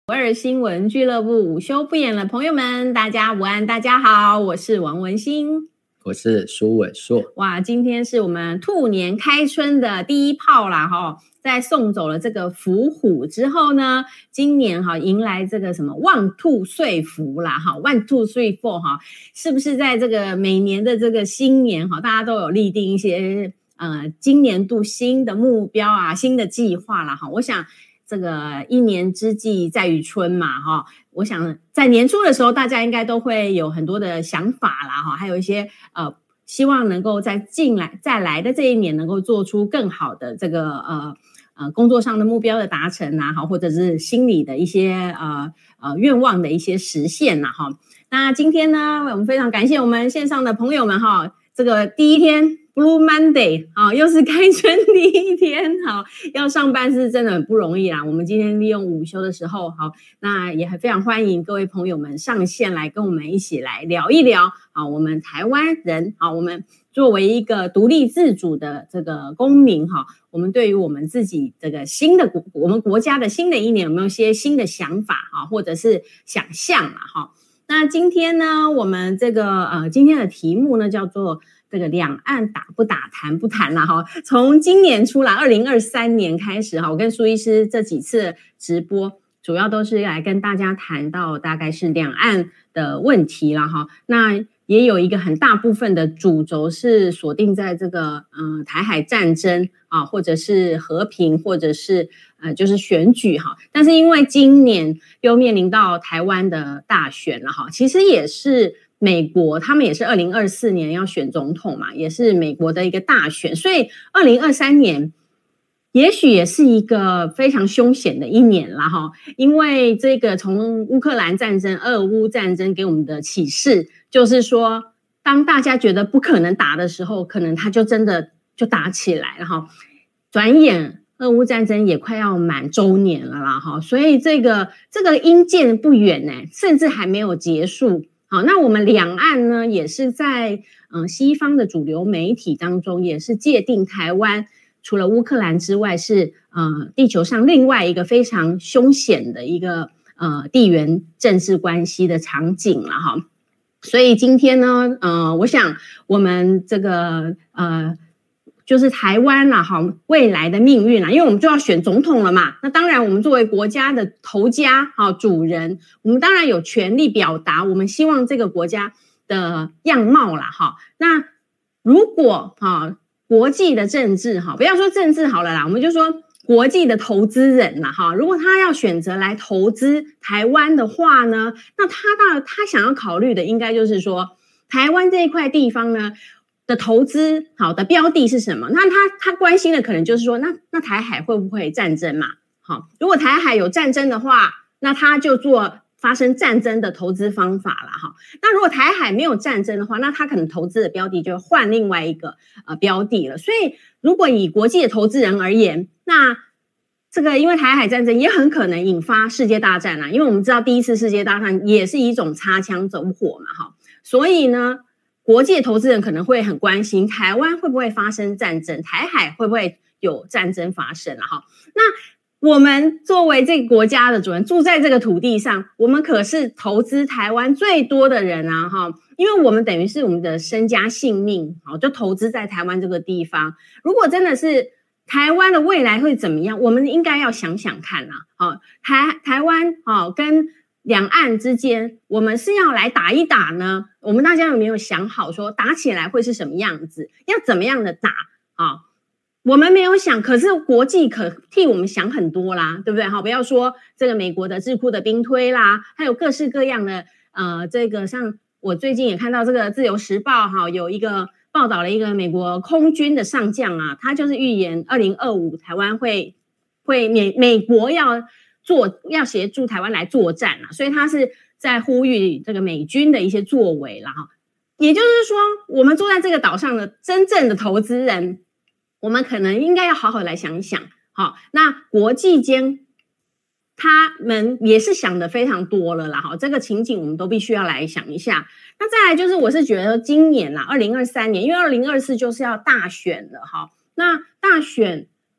52新闻俱乐部午休不演了，朋友们，大家午安，大家好，我是王文馨， 我是苏伟硕。 哇，今天是我们兔年开春的第一炮啦哈！在送走了这个伏虎之后呢，今年迎来这个什么旺兔岁福啦哈，1 2 3 4哈，是不是在这个每年的这个新年哈，大家都有立定一些今年度新的目标啊、新的计划啦哈？我想这个一年之计在于春嘛哈，我想在年初的时候，大家应该都会有很多的想法啦哈，还有一些希望能够在再来的这一年能够做出更好的这个工作上的目标的达成啊，或者是心理的一些愿望的一些实现啦哈。那今天呢，我们非常感谢我们线上的朋友们哈，这个第一天 Blue Monday 又是开春第一天，要上班是真的很不容易啦。我们今天利用午休的时候，那也非常欢迎各位朋友们上线来跟我们一起来聊一聊我们台湾人我们作为一个独立自主的这个公民我们对于我们自己这个我们国家的新的一年有没有一些新的想法或者是想象啦那今天呢，我们这个今天的题目呢叫做这个两岸打不打谈不谈啦哈。从今年出来2023年开始我跟苏医师这几次直播主要都是来跟大家谈到大概是两岸的问题啦哈。那也有一个很大部分的主轴是锁定在这个台海战争或者是和平，或者是就是选举但是因为今年又面临到台湾的大选了其实也是美国他们也是2024年要选总统嘛，也是美国的一个大选，所以2023年也许也是一个非常凶险的一年啦因为这个从乌克兰战争、俄乌战争给我们的启示就是说，当大家觉得不可能打的时候，可能他就真的就打起来了转眼俄乌战争也快要满周年了啦所以这个因见不远甚至还没有结束。好，那我们两岸呢，也是在西方的主流媒体当中，也是界定台湾除了乌克兰之外，是地球上另外一个非常凶险的一个地缘政治关系的场景了哈。所以今天呢，我想我们这个就是台湾啦未来的命运啦，因为我们就要选总统了嘛，那当然我们作为国家的头家主人，我们当然有权利表达我们希望这个国家的样貌啦那如果国际的政治不要说政治好了啦，我们就说国际的投资人啦如果他要选择来投资台湾的话呢，那他想要考虑的应该就是说台湾这一块地方呢的投资好的标的是什么？那他关心的可能就是说，那台海会不会战争嘛？如果台海有战争的话，那他就做发生战争的投资方法啦那如果台海没有战争的话，那他可能投资的标的就换另外一个标的了。所以如果以国际的投资人而言，那这个因为台海战争也很可能引发世界大战因为我们知道第一次世界大战也是一种擦枪走火嘛所以呢国际的投资人可能会很关心台湾会不会发生战争，台海会不会有战争发生那我们作为这个国家的主人，住在这个土地上，我们可是投资台湾最多的人因为我们等于是我们的身家性命就投资在台湾这个地方。如果真的是台湾的未来会怎么样，我们应该要想想看台湾跟两岸之间，我们是要来打一打呢？我们大家有没有想好说打起来会是什么样子？要怎么样的打我们没有想，可是国际可替我们想很多啦，对不对不要说这个美国的智库的兵推啦，还有各式各样的这个像我最近也看到这个自由时报有一个报道了一个美国空军的上将他就是预言2025台湾会美国要协助台湾来作战所以他是在呼吁这个美军的一些作为啦也就是说我们坐在这个岛上的真正的投资人，我们可能应该要好好来想一想那国际间他们也是想的非常多了啦这个情景我们都必须要来想一下。那再来就是我是觉得今年啦2023年，因为2024就是要大选了那大选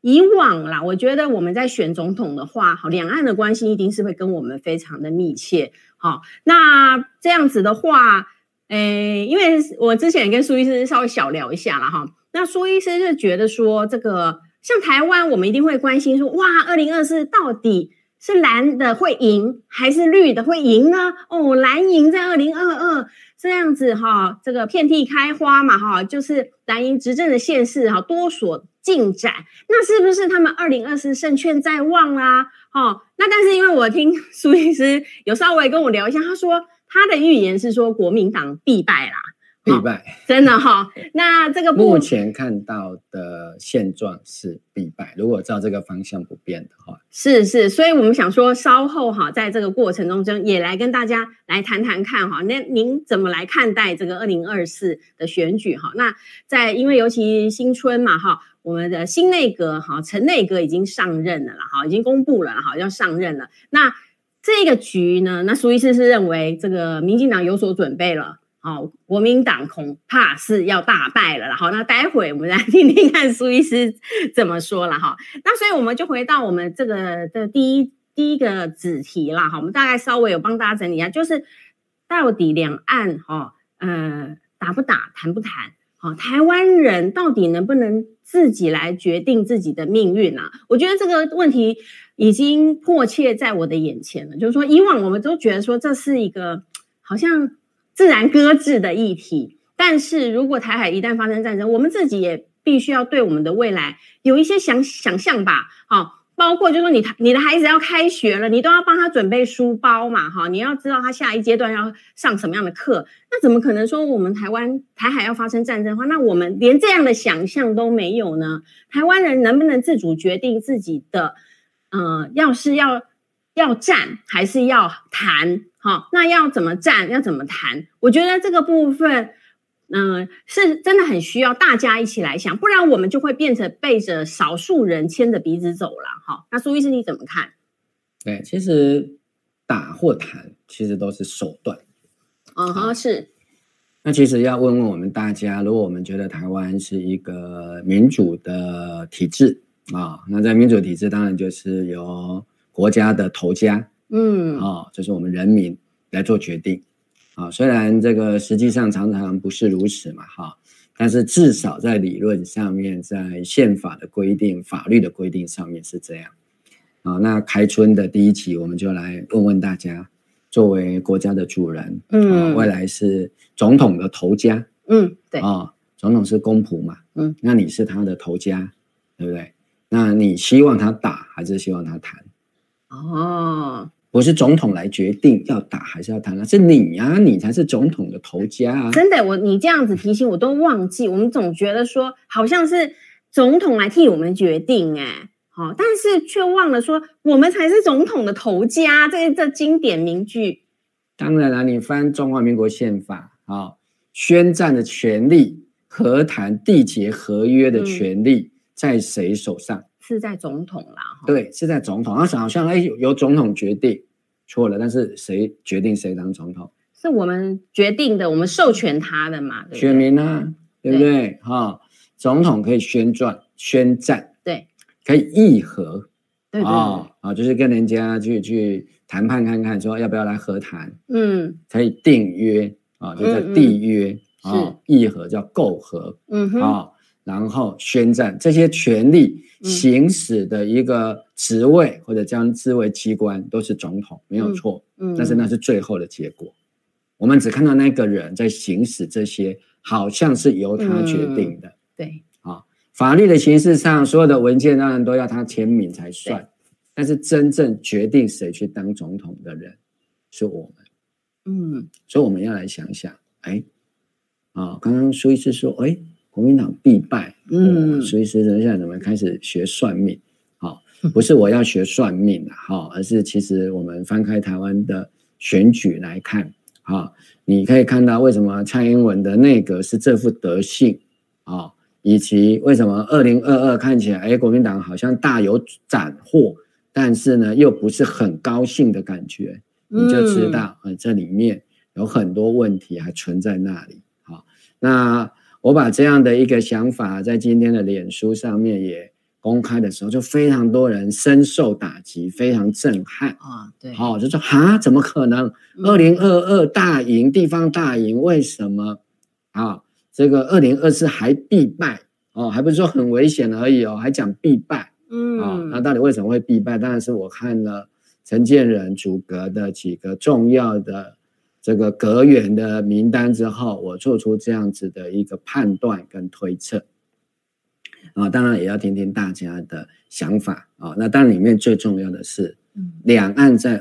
以往啦，我觉得我们在选总统的话，好，两岸的关系一定是会跟我们非常的密切。好，那这样子的话，因为我之前跟苏医师稍微小聊一下啦哈，那苏医师是觉得说，这个像台湾，我们一定会关心说，哇，2024到底是蓝的会赢还是绿的会赢呢？哦，蓝营在2022这样子哈，这个遍地开花嘛哈，就是蓝营执政的县市哈多所进展，那是不是他们2024胜券在望啦？那但是因为我听苏医师有稍微跟我聊一下，他说他的预言是说国民党必败啦。 必败， 真的哈。那这个目前看到的现状是必败，如果照这个方向不变的话， 是，所以我们想说稍后哈，在这个过程中也来跟大家来谈谈看哈，那您怎么来看待这个2024的选举哈？那因为尤其新春嘛哈，我们的新内阁哈，陈内阁已经上任了啦哈，已经公布了哈，要上任了。那这个局呢，那苏医师是认为这个民进党有所准备了。国民党恐怕是要大败了啦。好，那待会我们来听听看苏医师怎么说了哈。那所以我们就回到我们这个的第一个子题啦。我们大概稍微有帮大家整理一下，就是到底两岸打不打，谈不谈？台湾人到底能不能自己来决定自己的命运啊？我觉得这个问题已经迫切在我的眼前了。就是说，以往我们都觉得说这是一个好像自然搁置的议题，但是如果台海一旦发生战争，我们自己也必须要对我们的未来有一些想象吧。包括就是说你的孩子要开学了，你都要帮他准备书包嘛，你要知道他下一阶段要上什么样的课，那怎么可能说我们台海要发生战争的话，那我们连这样的想象都没有呢？台湾人能不能自主决定自己的要是要战还是要谈？那要怎么战，要怎么谈？我觉得这个部分是真的很需要大家一起来想，不然我们就会变成背着少数人牵着鼻子走了。那苏医师你怎么看？ 对，其实打或谈其实都是手段。 是。 那其实要问问我们大家，如果我们觉得台湾是一个民主的体制那在民主体制当然就是由国家的头家就是我们人民来做决定虽然这个实际上常常不是如此嘛但是至少在理论上面，在宪法的规定、法律的规定上面是这样那开春的第一集，我们就来问问大家，作为国家的主人未来是总统的头家对总统是公仆嘛那你是他的头家，对不对？那你希望他打还是希望他谈？不是总统来决定要打还是要谈是你你才是总统的头家真的，你这样子提醒我都忘记，我们总觉得说好像是总统来替我们决定但是却忘了说我们才是总统的头家，这经典名句。 当然了，你翻中华民国宪法宣战的权利、和谈缔结合约的权利在谁手上？ 是在总统啦。 对，是在总统。好像由总统决定，错了。但是谁决定谁当总统？ 是我们决定的，我们授权他的嘛，对不对？ 选民对不对？总统可以宣战， 对， 可以议和， 对就是跟人家去谈判看看，说要不要来和谈，可以订约就叫缔约议和叫媾和，然后宣战，这些权力行使的一个职位或者将之为机关都是总统，没有错，但是那是最后的结果，我们只看到那个人在行使这些，好像是由他决定的， 对， 法律的形式上，所有的文件当然都要他签名才算，但是真正决定谁去当总统的人是我们，所以我们要来想想，刚刚苏医师说，国民党必败，苏医师现在怎么开始学算命？不是我要学算命而是其实我们翻开台湾的选举来看，你可以看到为什么蔡英文的内阁是这副德性以及为什么2022看起来国民党好像大有斩获，但是呢又不是很高兴的感觉，你就知道这里面有很多问题还存在那里。那我把这样的一个想法在今天的脸书上面也公开的时候，就非常多人深受打击，非常震撼啊。对， 就说怎么可能？2022大赢，地方大赢，为什么这个2024还必败还不是说很危险而已还讲必败。那到底为什么会必败？当然是我看了陈建仁组阁的几个重要的这个阁员的名单之后，我做出这样子的一个判断跟推测。当然也要听听大家的想法那当然里面最重要的是两岸在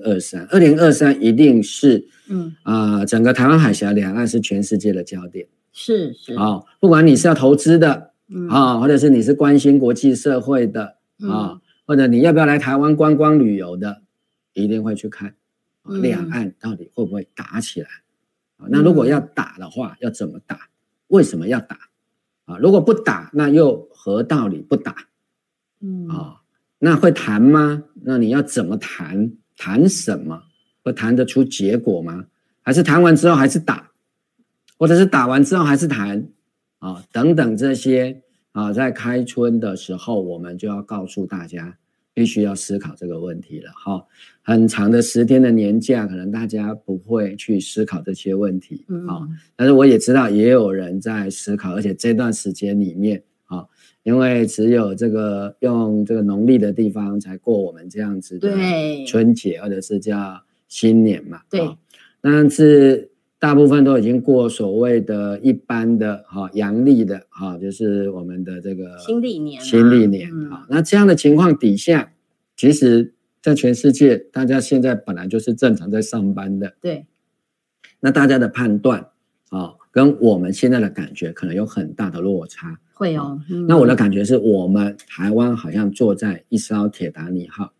2023一定是整个台湾海峡两岸是全世界的焦点。 是不管你是要投资的或者是你是关心国际社会的或者你要不要来台湾观光旅游的，一定会去看两岸到底会不会打起来那如果要打的话要怎么打，为什么要打如果不打那又何道理不打那会谈吗？那你要怎么谈？谈什么？会谈得出结果吗？还是谈完之后还是打，或者是打完之后还是谈等等这些在开春的时候我们就要告诉大家必须要思考这个问题了很长的10天的年假可能大家不会去思考这些问题但是我也知道也有人在思考，而且这段时间里面因为只有这个用这个农历的地方才过我们这样子的春节或者是叫新年嘛对但是大部分都已经过所谓的一般的阳历的就是我们的这个新历年那这样的情况底下，其实在全世界大家现在本来就是正常在上班的， 对， 那大家的判断跟我们现在的感觉可能有很大的落差， 会那我的感觉是我们台湾好像坐在一艘铁达尼号，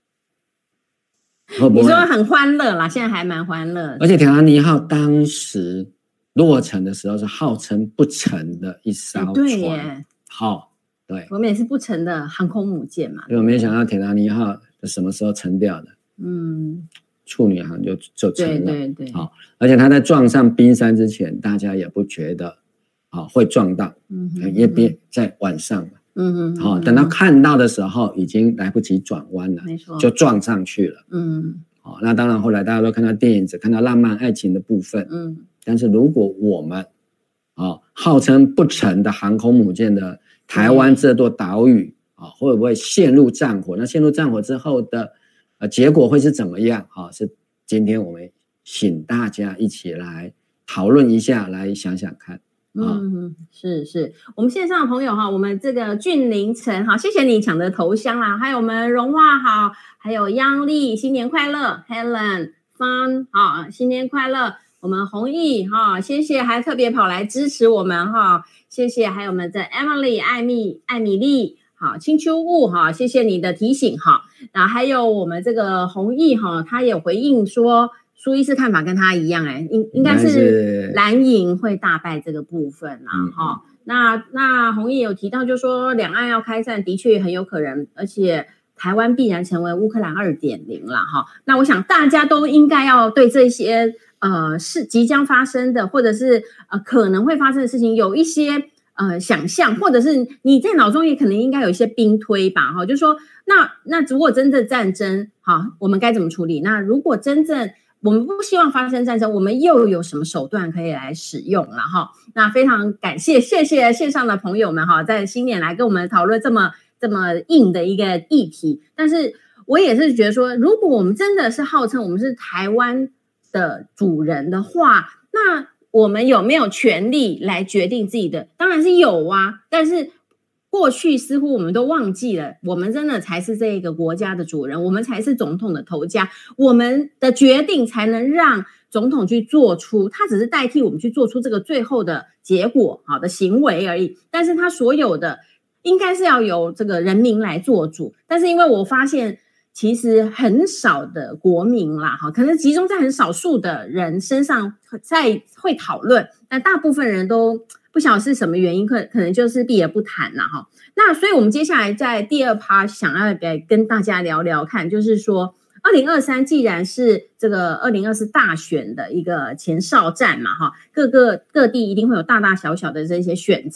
你说很欢乐啦，现在还蛮欢乐的， 而且铁达尼号当时落成的时候是号称不沉的一艘船， 对耶， 对， 我们也是不沉的航空母舰嘛， 因为我没想到铁达尼号什么时候沉掉的，处女航就沉了， 对， 而且它在撞上冰山之前，大家也不觉得会撞到，因为在晚上嘛，等到看到的时候已经来不及转弯了， 没错， 就撞上去了，那当然后来大家都看到电影，只看到浪漫爱情的部分，但是如果我们号称不沉的航空母舰的台湾这座岛屿会不会陷入战火？那陷入战火之后的结果会是怎么样是今天我们请大家一起来讨论一下，来想想看。 是我们线上的朋友我们这个俊凌晨谢谢你抢的头香啦，还有我们荣华好，还有央丽新年快乐 Helen Fun 新年快乐，我们弘毅谢谢，还特别跑来支持我们谢谢，还有我们的 Emily 艾米丽青秋雾谢谢你的提醒然后还有我们这个弘毅他也回应说苏医师看法跟他一样应该是蓝营会大败这个部分那弘毅有提到就说两岸要开战的确很有可能，而且台湾必然成为乌克兰 2.0 啦那我想大家都应该要对这些是即将发生的或者是可能会发生的事情有一些想象，或者是你在脑中也可能应该有一些兵推吧就是说那如果真的战争我们该怎么处理？那如果真正我们不希望发生战争，我们又有什么手段可以来使用了那非常感谢谢线上的朋友们在新年来跟我们讨论这么硬的一个议题。但是我也是觉得说，如果我们真的是号称我们是台湾的主人的话，那我们有没有权利来决定自己的？当然是有但是过去似乎我们都忘记了，我们真的才是这个国家的主人，我们才是总统的头家，我们的决定才能让总统去做出，他只是代替我们去做出这个最后的结果好的行为而已，但是他所有的应该是要由这个人民来做主。但是因为我发现其实很少的国民啦可能集中在很少数的人身上在会讨论，但大部分人都不晓得是什么原因，可能就是避而不谈啦那所以我们接下来在第二趴想要跟大家聊聊看，就是说2023既然是这个2024大选的一个前哨战嘛各地一定会有大大小小的这些选战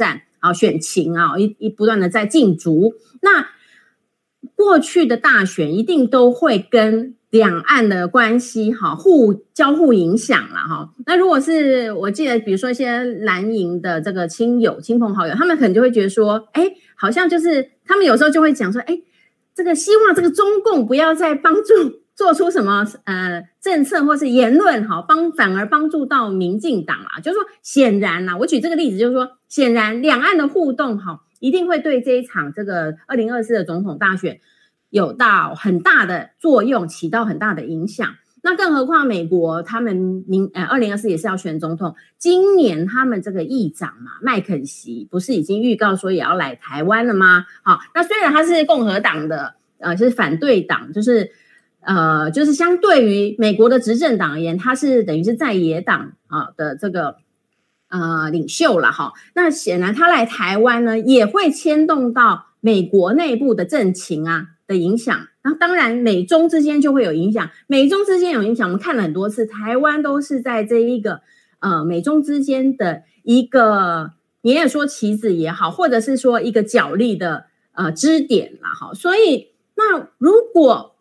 选情啊，不断的在竞逐。那过去的大选一定都会跟两岸的关系交互影响啦那如果是我记得，比如说一些蓝营的这个亲朋好友，他们可能就会觉得说，好像就是他们有时候就会讲说，这个希望这个中共不要再帮助做出什么政策或是言论反而帮助到民进党啦。就是说显然啦，我举这个例子就是说，显然两岸的互动一定会对这一场这个2024的总统大选有到很大的作用，起到很大的影响。那更何况美国他们2024也是要选总统，今年他们这个议长嘛，麦肯锡不是已经预告说也要来台湾了吗？那虽然他是共和党的就是反对党，就是相对于美国的执政党而言，他是等于是在野党的这个领袖了那显然他来台湾呢，也会牵动到美国内部的政情的影响。那当然美中之间就会有影响，美中之间有影响，我们看了很多次，台湾都是在这一个美中之间的一个，你也说棋子也好，或者是说一个角力的支点啦所以那如果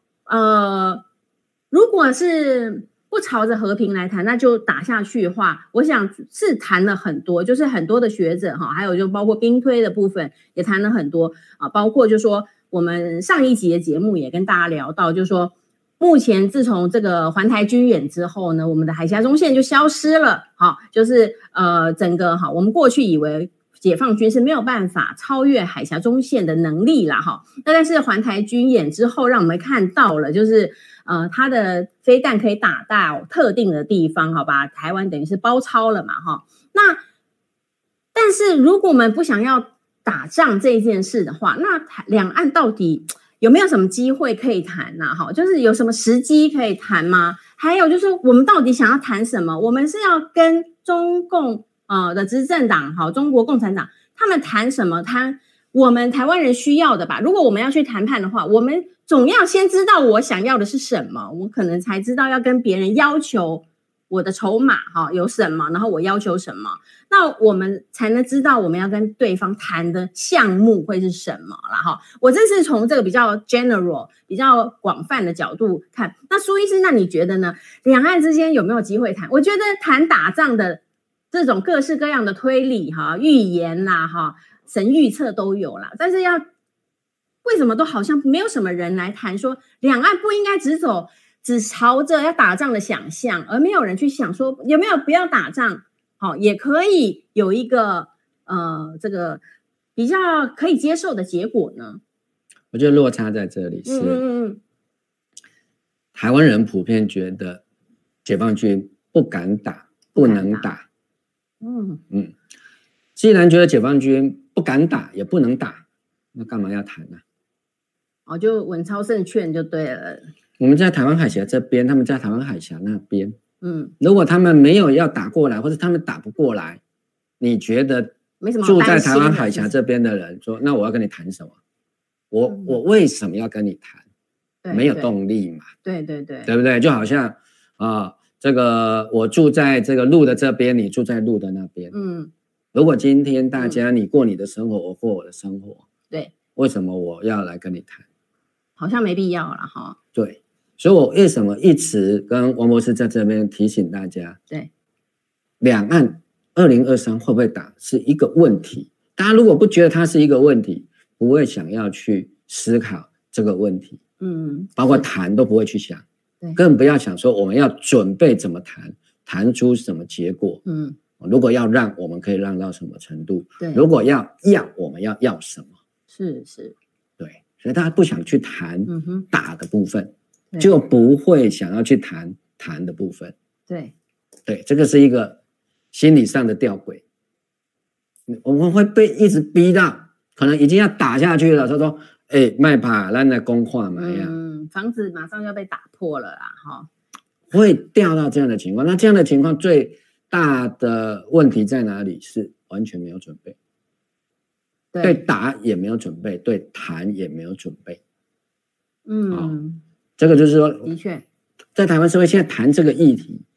是不朝着和平来谈，那就打下去的话，我想是谈了很多，就是很多的学者还有就包括兵推的部分也谈了很多包括就说我们上一集的节目也跟大家聊到，就是说目前自从这个环台军演之后呢，我们的海峡中线就消失了就是整个我们过去以为解放军是没有办法超越海峡中线的能力啦那但是环台军演之后让我们看到了，就是它的飞弹可以打到特定的地方把台湾等于是包抄了嘛那但是如果我们不想要打仗这件事的话，那两岸到底有没有什么机会可以谈就是有什么时机可以谈吗？还有就是我们到底想要谈什么？我们是要跟中共的执政党中国共产党他们谈什么？谈我们台湾人需要的吧。如果我们要去谈判的话，我们总要先知道我想要的是什么，我可能才知道要跟别人要求我的筹码有什么，然后我要求什么，那我们才能知道我们要跟对方谈的项目会是什么啦我这是从这个比较 general 比较广泛的角度看。那苏医师，那你觉得呢？两岸之间有没有机会谈？我觉得谈打仗的这种各式各样的推理预言啦神预测都有啦，但是为什么都好像没有什么人来谈说两岸不应该只朝着要打仗的想象，而没有人去想说有没有不要打仗也可以有一个这个比较可以接受的结果呢？ 我觉得落差在这里是台湾人普遍觉得解放军不敢打，不能打。既然觉得解放军不敢打也不能打，那干嘛要谈呢？ 就稳操胜券就对了。 我们在台湾海峡这边，他们在台湾海峡那边如果他们没有要打过来，或者他们打不过来，你觉得住在台湾海峡这边的人说，那我要跟你谈什么？我为什么要跟你谈？没有动力嘛。 对不对？就好像这个我住在这个路的这边，你住在路的那边如果今天大家你过你的生活，我过我的生活， 对， 为什么我要来跟你谈？ 好像没必要了对，所以我为什么一直跟王博士在这边提醒大家， 对， 两岸2023会不会打是一个问题，大家如果不觉得它是一个问题，不会想要去思考这个问题包括谈都不会去想，更不要想说我们要准备怎么谈出什么结果如果要让，我们可以让到什么程度？如果要我们要什么？ 是， 对，所以大家不想去谈打的部分，就不会想要去谈的部分。对，这个是一个心理上的吊诡，我们会被一直逼到，可能已经要打下去了。他说：“卖怕，咱来公话嘛呀。” 房子马上要被打破了啦， 会掉到这样的情况。那这样的情况最大的问题在哪里？是完全没有准备，对打也没有准备，对谈也没有准备。这个就是说， 的确， 在台湾社会现在谈这个议题，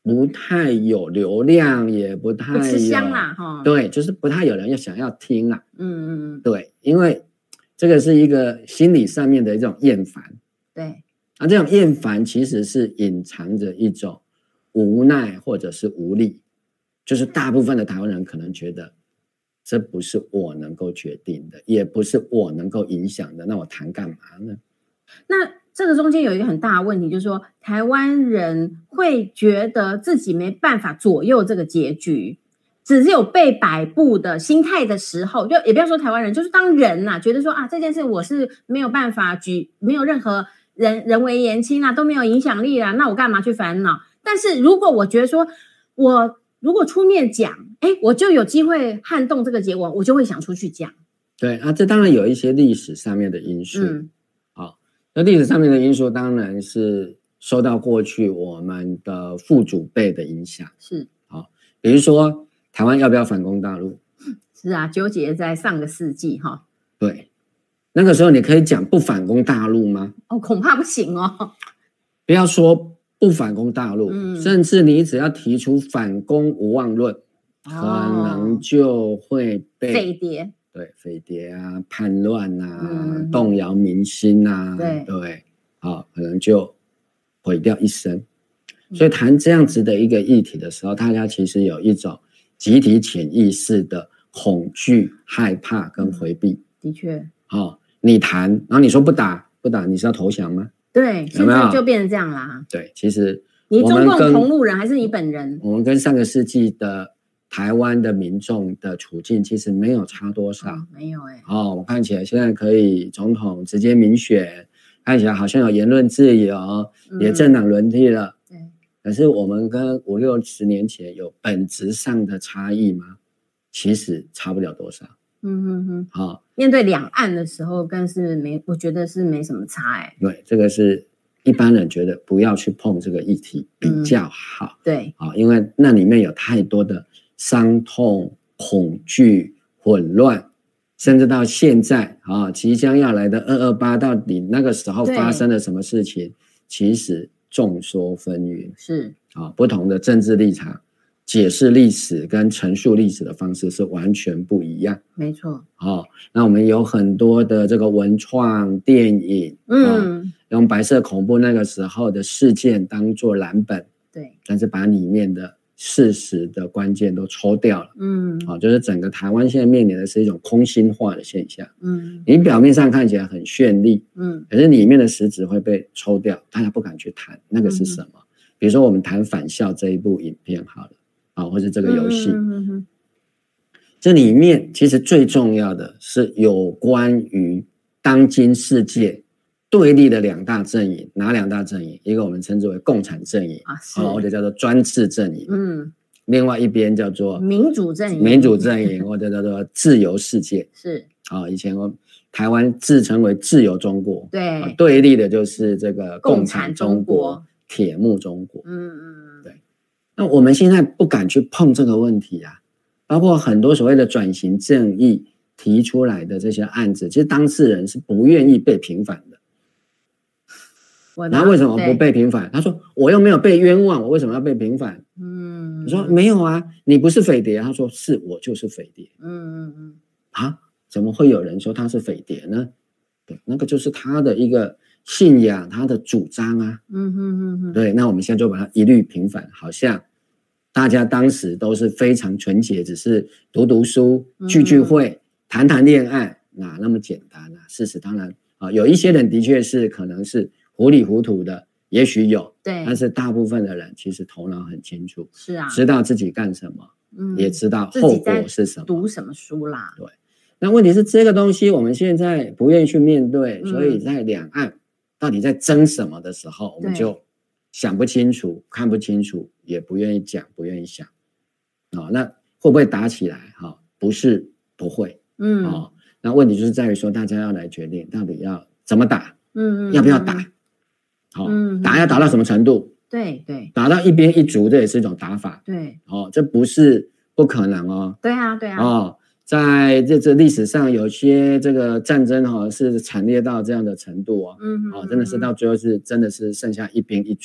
不太有流量，也不太有不吃香啦， 对，就是不太有人要想要听啦。对，因为这个是一个心理上面的一种厌烦。 对， 这种厌烦其实是隐藏着一种无奈或者是无力，就是大部分的台湾人可能觉得这不是我能够决定的，也不是我能够影响的，那我谈干嘛呢？ 那这个中间有一个很大的问题，就是说台湾人会觉得自己没办法左右这个结局，只是有被摆布的心态的时候，就也不要说台湾人，就是当人觉得说这件事我是没有办法没有任何人为言轻都没有影响力啦，那我干嘛去烦恼？但是如果我觉得说我如果出面讲，我就有机会撼动这个结果，我就会想出去讲。 对这当然有一些历史上面的因素。那历史上面的因素当然是受到过去我们的父祖辈的影响。 是比如说台湾要不要反攻大陆？ 是纠结在上个世纪对，那个时候你可以讲不反攻大陆吗？ 恐怕不行不要说不反攻大陆，甚至你只要提出反攻无望论，可能就会被匪谍。 对，匪谍叛乱动摇民心对，可能就毁掉一生。所以谈这样子的一个议题的时候，大家其实有一种集体潜意识的恐惧、害怕跟回避。 的确， 你谈，然后你说不打，你是要投降吗？ 对，现在就变成这样啦。 对，其实你中共同路人还是你本人？ 我们跟上个世纪的台湾的民众的处境其实没有差多少。 没有我看起来现在可以总统直接民选，看起来好像有言论自由，也政党轮替了。 对， 可是我们跟50-60年前有本质上的差异吗？其实差不了多少。 面对两岸的时候更是我觉得是没什么差对，这个是一般人觉得不要去碰这个议题比较好。 对， 因为那里面有太多的伤痛、恐惧、混乱，甚至到现在即将要来的228，到底那个时候发生了什么事情，其实众说纷纭。 是不同的政治立场解释历史跟陈述历史的方式是完全不一样。 没错。 那我们有很多的这个文创电影，用白色恐怖那个时候的事件当作蓝本， 对， 但是把里面的事实的关键都抽掉了。就是整个台湾现在面临的是一种空心化的现象。你表面上看起来很绚丽，可是里面的实质会被抽掉，大家不敢去谈那个是什么。比如说我们谈返校这一部影片好了。或是这个游戏，这里面其实最重要的是有关于当今世界对立的两大阵营。哪两大阵营？一个我们称之为共产阵营或者叫做专制阵营，另外一边叫做民主阵营或者叫做自由世界。 是以前台湾自称为自由中国， 对， 对立的就是这个共产中国、铁幕中国。对。那我们现在不敢去碰这个问题包括很多所谓的转型正义提出来的这些案子，其实当事人是不愿意被平反的。那为什么不被平反？他说我又没有被冤枉，我为什么要被平反？你说没有你不是匪谍。他说是，我就是匪谍。怎么会有人说他是匪谍呢？对，那个就是他的一个信仰，他的主张对，那我们现在就把它一律平反，好像大家当时都是非常纯洁，只是读书、聚会、谈恋爱，哪那么简单事实当然有一些人的确是可能是糊里糊涂的，也许有， 对， 但是大部分的人其实头脑很清楚， 是知道自己干什么，也知道后果是什么， 读什么书啦。 对，那问题是这个东西我们现在不愿意去面对，所以在两岸到底在争什么的时候，我们就想不清楚、看不清楚，也不愿意讲、不愿意想。那会不会打起来？不是不会。那问题就是在于说，大家要来决定到底要怎么打，要不要打？打要打到什么程度？ 对对， 打到一边一族，这也是一种打法。 对， 这不是不可能对啊，对啊。 在这历史上有些这个战争是惨烈到这样的程度真的是到最后是真的是剩下一兵一卒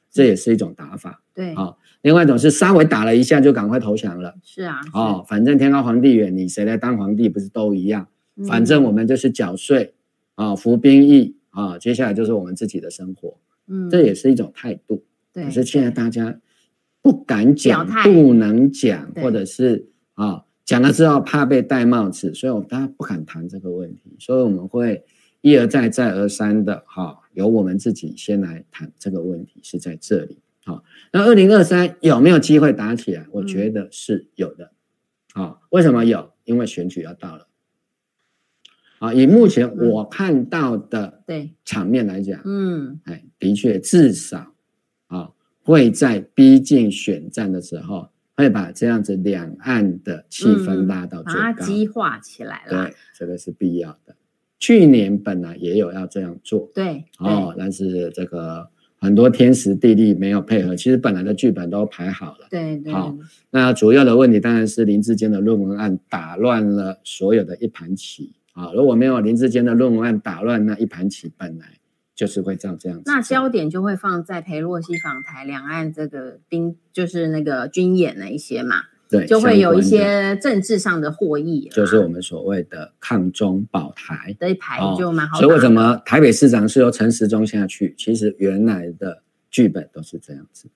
这也是一种打法。 对， 另外一种是稍微打了一下就赶快投降了。 是啊， 反正天高皇帝远，你谁来当皇帝不是都一样？反正我们就是缴税服兵役接下来就是我们自己的生活。这也是一种态度。对，可是现在大家不敢讲，不能讲，或者是讲了之后怕被戴帽子，所以大家不敢谈这个问题。所以我们会一而再再而三的由我们自己先来谈这个问题，是在这里。那2023有没有机会打起来？我觉得是有的。为什么有？因为选举要到了。以目前我看到的场面来讲，的确至少会在逼近选战的时候，会把这样子两岸的气氛拉到最高， 把它激化起来了。 对，这个是必要的。去年本来也有要这样做， 对， 但是这个很多天时地利没有配合，其实本来的剧本都排好了。 对， 那主要的问题当然是林智坚的论文案打乱了所有的一盘棋。如果没有林智坚的论文案打乱那一盘棋，本来就是会这样子。 那焦点就会放在裴洛西访台，两岸这个就是那个军演那一些嘛，对，就会有一些政治上的获益， 就是我们所谓的抗中保台的一排就蛮好打的。 所以为什么台北市长是由陈时中下去？其实原来的剧本都是这样子。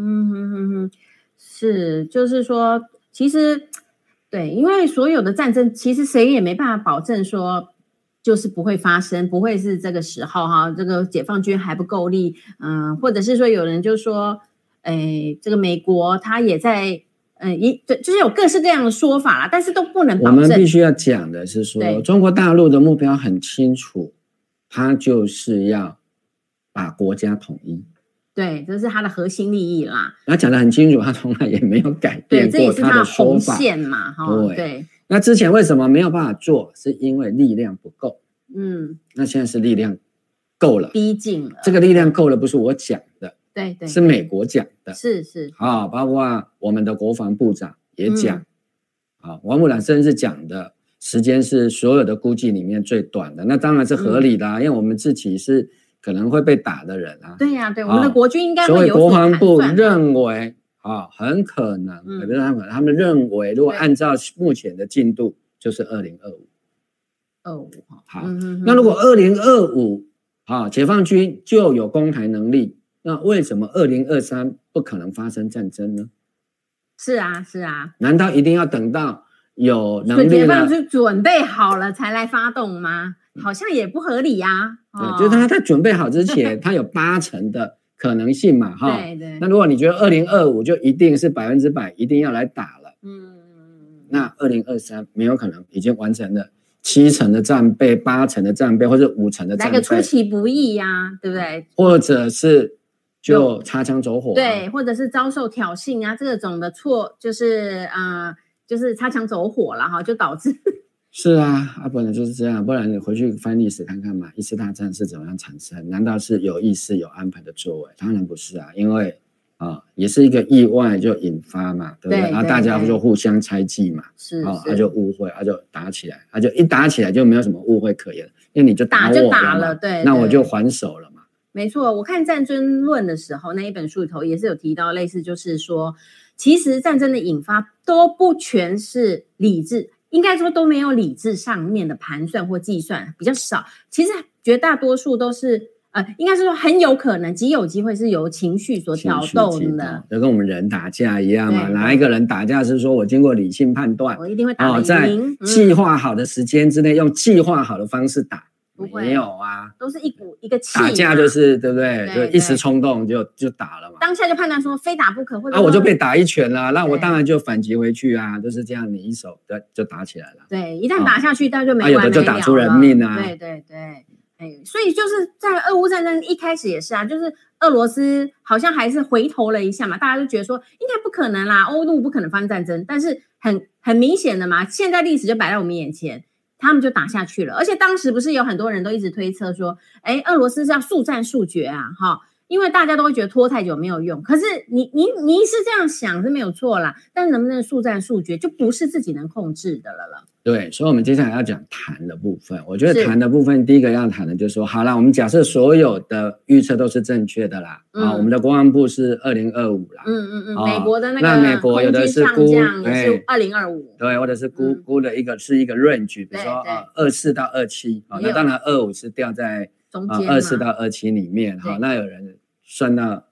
是，就是说，其实。对，因为所有的战争，其实谁也没办法保证说就是不会发生，不会是这个时候这个解放军还不够力，或者是说有人就说，这个美国他也在，就是有各式各样的说法啦，但是都不能保证。 我们必须要讲的是说，中国大陆的目标很清楚，他就是要把国家统一。 对，这是他的核心利益啦。 他讲得很清楚，他从来也没有改变过他的说法。 这也是他的红线嘛，对。 那之前为什么没有办法做？是因为力量不够。那现在是力量够了， 逼近了。 这个力量够了，不是我讲的， 对， 是美国讲的， 是。 包括我们的国防部长也讲，王木兰甚至讲的时间是所有的估计里面最短的，那当然是合理的因为我们自己是可能会被打的人啊。 对呀，对，我们的国军应该会有所国防部认为很可能，他们认为如果按照目前的进度，就是2025。好，那如果2025解放军就有攻台能力，那为什么2023不可能发生战争呢？ 是啊， 难道一定要等到有能力解放军准备好了才来发动吗？好像也不合理呀。 就是他在准备好之前，他有80%的可能性嘛， 对。 那如果你觉得2025就一定是100%一定要来打了，那2023没有可能已经完成了7成的战备、8成的战备，或者5成的战备， 来个出其不意呀，对不对？ 或者是就擦枪走火， 对，或者是遭受挑衅啊，这种的错就是擦枪走火了就导致。 是啊，本来就是这样，不然你回去翻历史看看嘛，一次大战是怎么样产生？难道是有意识、有安排的作为？当然不是啊，因为也是一个意外就引发嘛，对不对？然后大家就互相猜忌嘛，他就误会，他就打起来，他就一打起来就没有什么误会可言，因为你就打我了， 对， 那我就还手了嘛。 没错，我看《战争论》的时候，那一本书里头也是有提到类似，就是说，其实战争的引发都不全是理智。应该说都没有理智上面的盘算或计算，比较少。其实绝大多数都是应该是说很有可能极有机会是由情绪所挑动的， 就跟我们人打架一样嘛。哪一个人打架是说我经过理性判断， 我一定会打赢， 在计划好的时间之内，用计划好的方式打。没有啊， 都是一个气， 打架就是对不对？就一时冲动就打了嘛。 当下就判断说非打不可，或者我就被打一拳了，那我当然就反击回去啊，就是这样，你一手就打起来了。 对，一旦打下去，那就没完没了了。 有的就打出人命啊。 对，所以就是在俄乌战争一开始也是啊，就是俄罗斯好像还是回头了一下嘛，大家就觉得说应该不可能啦，欧陆不可能发生战争，但是很明显的嘛，现在历史就摆在我们眼前。他们就打下去了，而且当时不是有很多人都一直推测说，俄罗斯是要速战速决啊，因为大家都会觉得拖太久没有用。可是你是这样想是没有错啦，但是能不能速战速决就不是自己能控制的了。 对，所以我们接下来要讲谈的部分。我觉得谈的部分，第一个要谈的就是说，好啦，我们假设所有的预测都是正确的啦，我们的国防部是2025啦， 美国的那个美国有的是估也是2025， 对，或者是估的一个range，比如说24到27，那当然25是掉在中间 24到27里面，好，那有人算到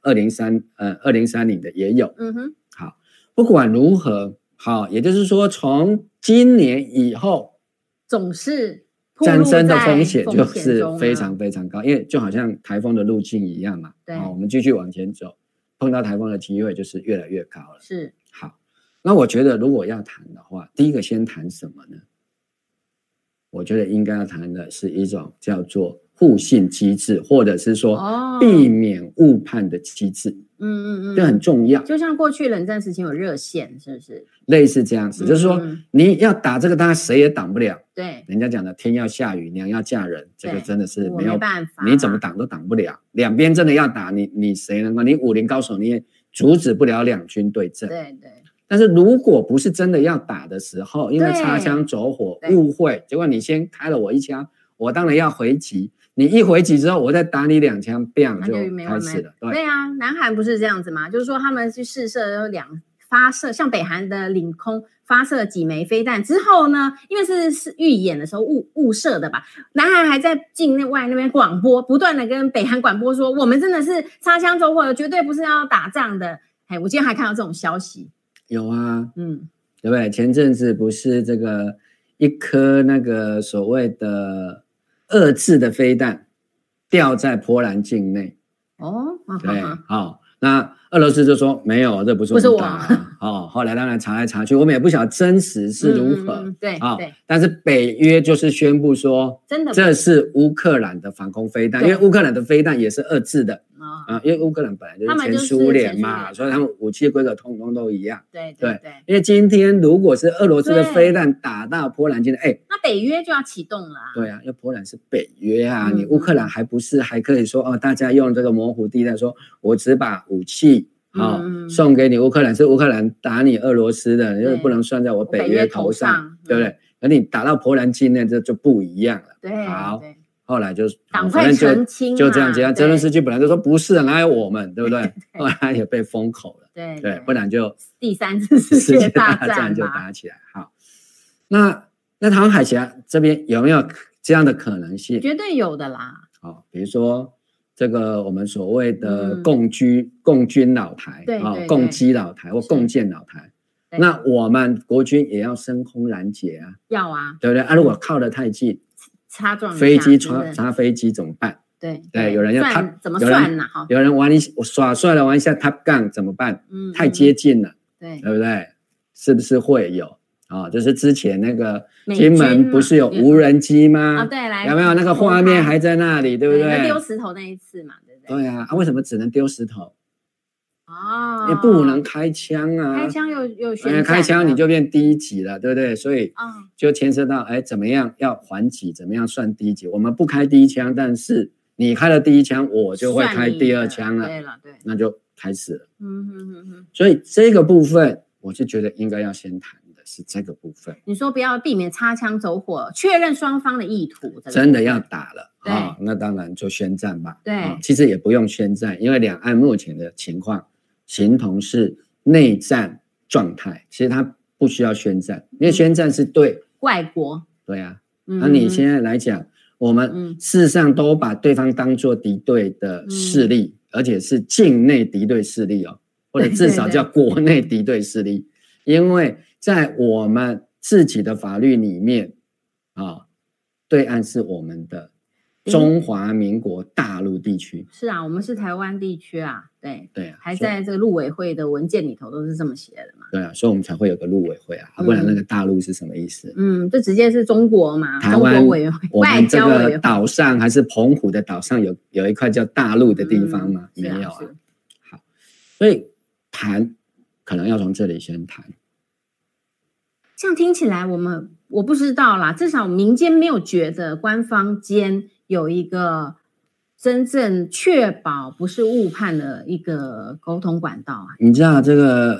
2030的也有，好，不管如何，好，也就是说从今年以后， 总是战争的风险就是非常非常高，因为就好像台风的路径一样嘛。 对， 我们继续往前走，碰到台风的机会就是越来越高了。 是， 好，那我觉得如果要谈的话，第一个先谈什么呢？我觉得应该要谈的是一种叫做互信机制，或者是说避免误判的机制。这很重要。 就像过去冷战时期有热线，是不是？ 类似这样子，就是说你要打这个，当然谁也挡不了。 对， 人家讲的天要下雨，娘要嫁人，这个真的是没办法， 你怎么挡都挡不了。两边真的要打，你谁能够？你武林高手你也阻止不了两军对阵。 对。 但是如果不是真的要打的时候，因为擦枪走火误会，结果你先开了我一枪，我当然要回击。你一回击之后，我再打你2枪，bang就开始了。 对啊，南韩不是这样子吗？就是说他们去试射发射，像北韩的领空发射几枚飞弹之后呢，因为是预演的时候误射的吧，南韩还在境外那边广播，不断的跟北韩广播说，我们真的是擦枪走火的，绝对不是要打仗的。我今天还看到这种消息。 有啊，对不对？前阵子不是这个一颗那个所谓的2字的飞弹掉在波兰境内。对，好，那俄罗斯就说没有，这不是我打的。后来当然查来查去，我们也不晓得真实是如何。 对， 但是北约就是宣布说， 真的这是乌克兰的反空飞弹，因为乌克兰的飞弹也是2字的。因为乌克兰本来就是前苏联嘛，所以他们武器规格通通都一样。对，因为今天如果是俄罗斯的飞弹打到波兰境内， 那北约就要启动了。 对啊，因为波兰是北约啊，你乌克兰还不是，还可以说大家用这个模糊地带说，我只把武器送给你乌克兰，是乌克兰打你俄罗斯的，因为不能算在我北约头上，对不对？而你打到波兰境内，这就不一样了。 对， 好。后来就赶快澄清， 就这样结。泽连斯基本来就说不是，哪有我们，对不对？后来也被封口了，对，不然就第3次世界大战就打起来。好，那台湾海峡这边有没有这样的可能性？ 绝对有的啦。 比如说这个我们所谓的共军老台，共机老台或共建老台，那我们国军也要升空拦截啊， 要啊， 对不对？如果靠得太近。 擦撞飞机擦飞机怎么办？ 对， 有人要怎么算呢？ 有人耍帅了玩一下 Top Gun 怎么办？太接近了，对不对？是不是会有就是之前那个金门不是有无人机吗？ 对， 有没有那个画面还在那里，对不对？ 丢石头那一次嘛，对不对？ 对啊，为什么只能丢石头？也不能开枪啊！ 开枪又宣战， 开枪你就变低级了，对不对？所以就牵涉到怎么样要还击，怎么样算低级？我们不开第一枪，但是你开了第一枪，我就会开第2枪了。 对， 那就开始了。所以这个部分，我是觉得应该要先谈的是这个部分。 你说不要避免擦枪走火，确认双方的意图， 真的要打了那当然就宣战吧。 对， 其实也不用宣战，因为两岸目前的情况。形同是内战状态，其实他不需要宣战，因为宣战是对外国。 对啊，那你现在来讲，我们事实上都把对方当作敌对的势力，而且是境内敌对势力或者至少叫国内敌对势力，因为在我们自己的法律里面对岸是我们的中华民国大陆地区。 是啊，我们是台湾地区啊， 对啊， 还在这个陆委会的文件里头都是这么写的嘛。 对啊，所以我们才会有个陆委会啊，不然那个大陆是什么意思？ 这直接是中国嘛， 台湾中国委员会、外交委员会。 我们这个岛上还是澎湖的岛上有一块叫大陆的地方吗？没有啊。好，所以谈可能要从这里先谈。 这样听起来我不知道啦，至少民间没有觉得官方间有一个真正确保不是误判的一个沟通管道啊。 你知道这个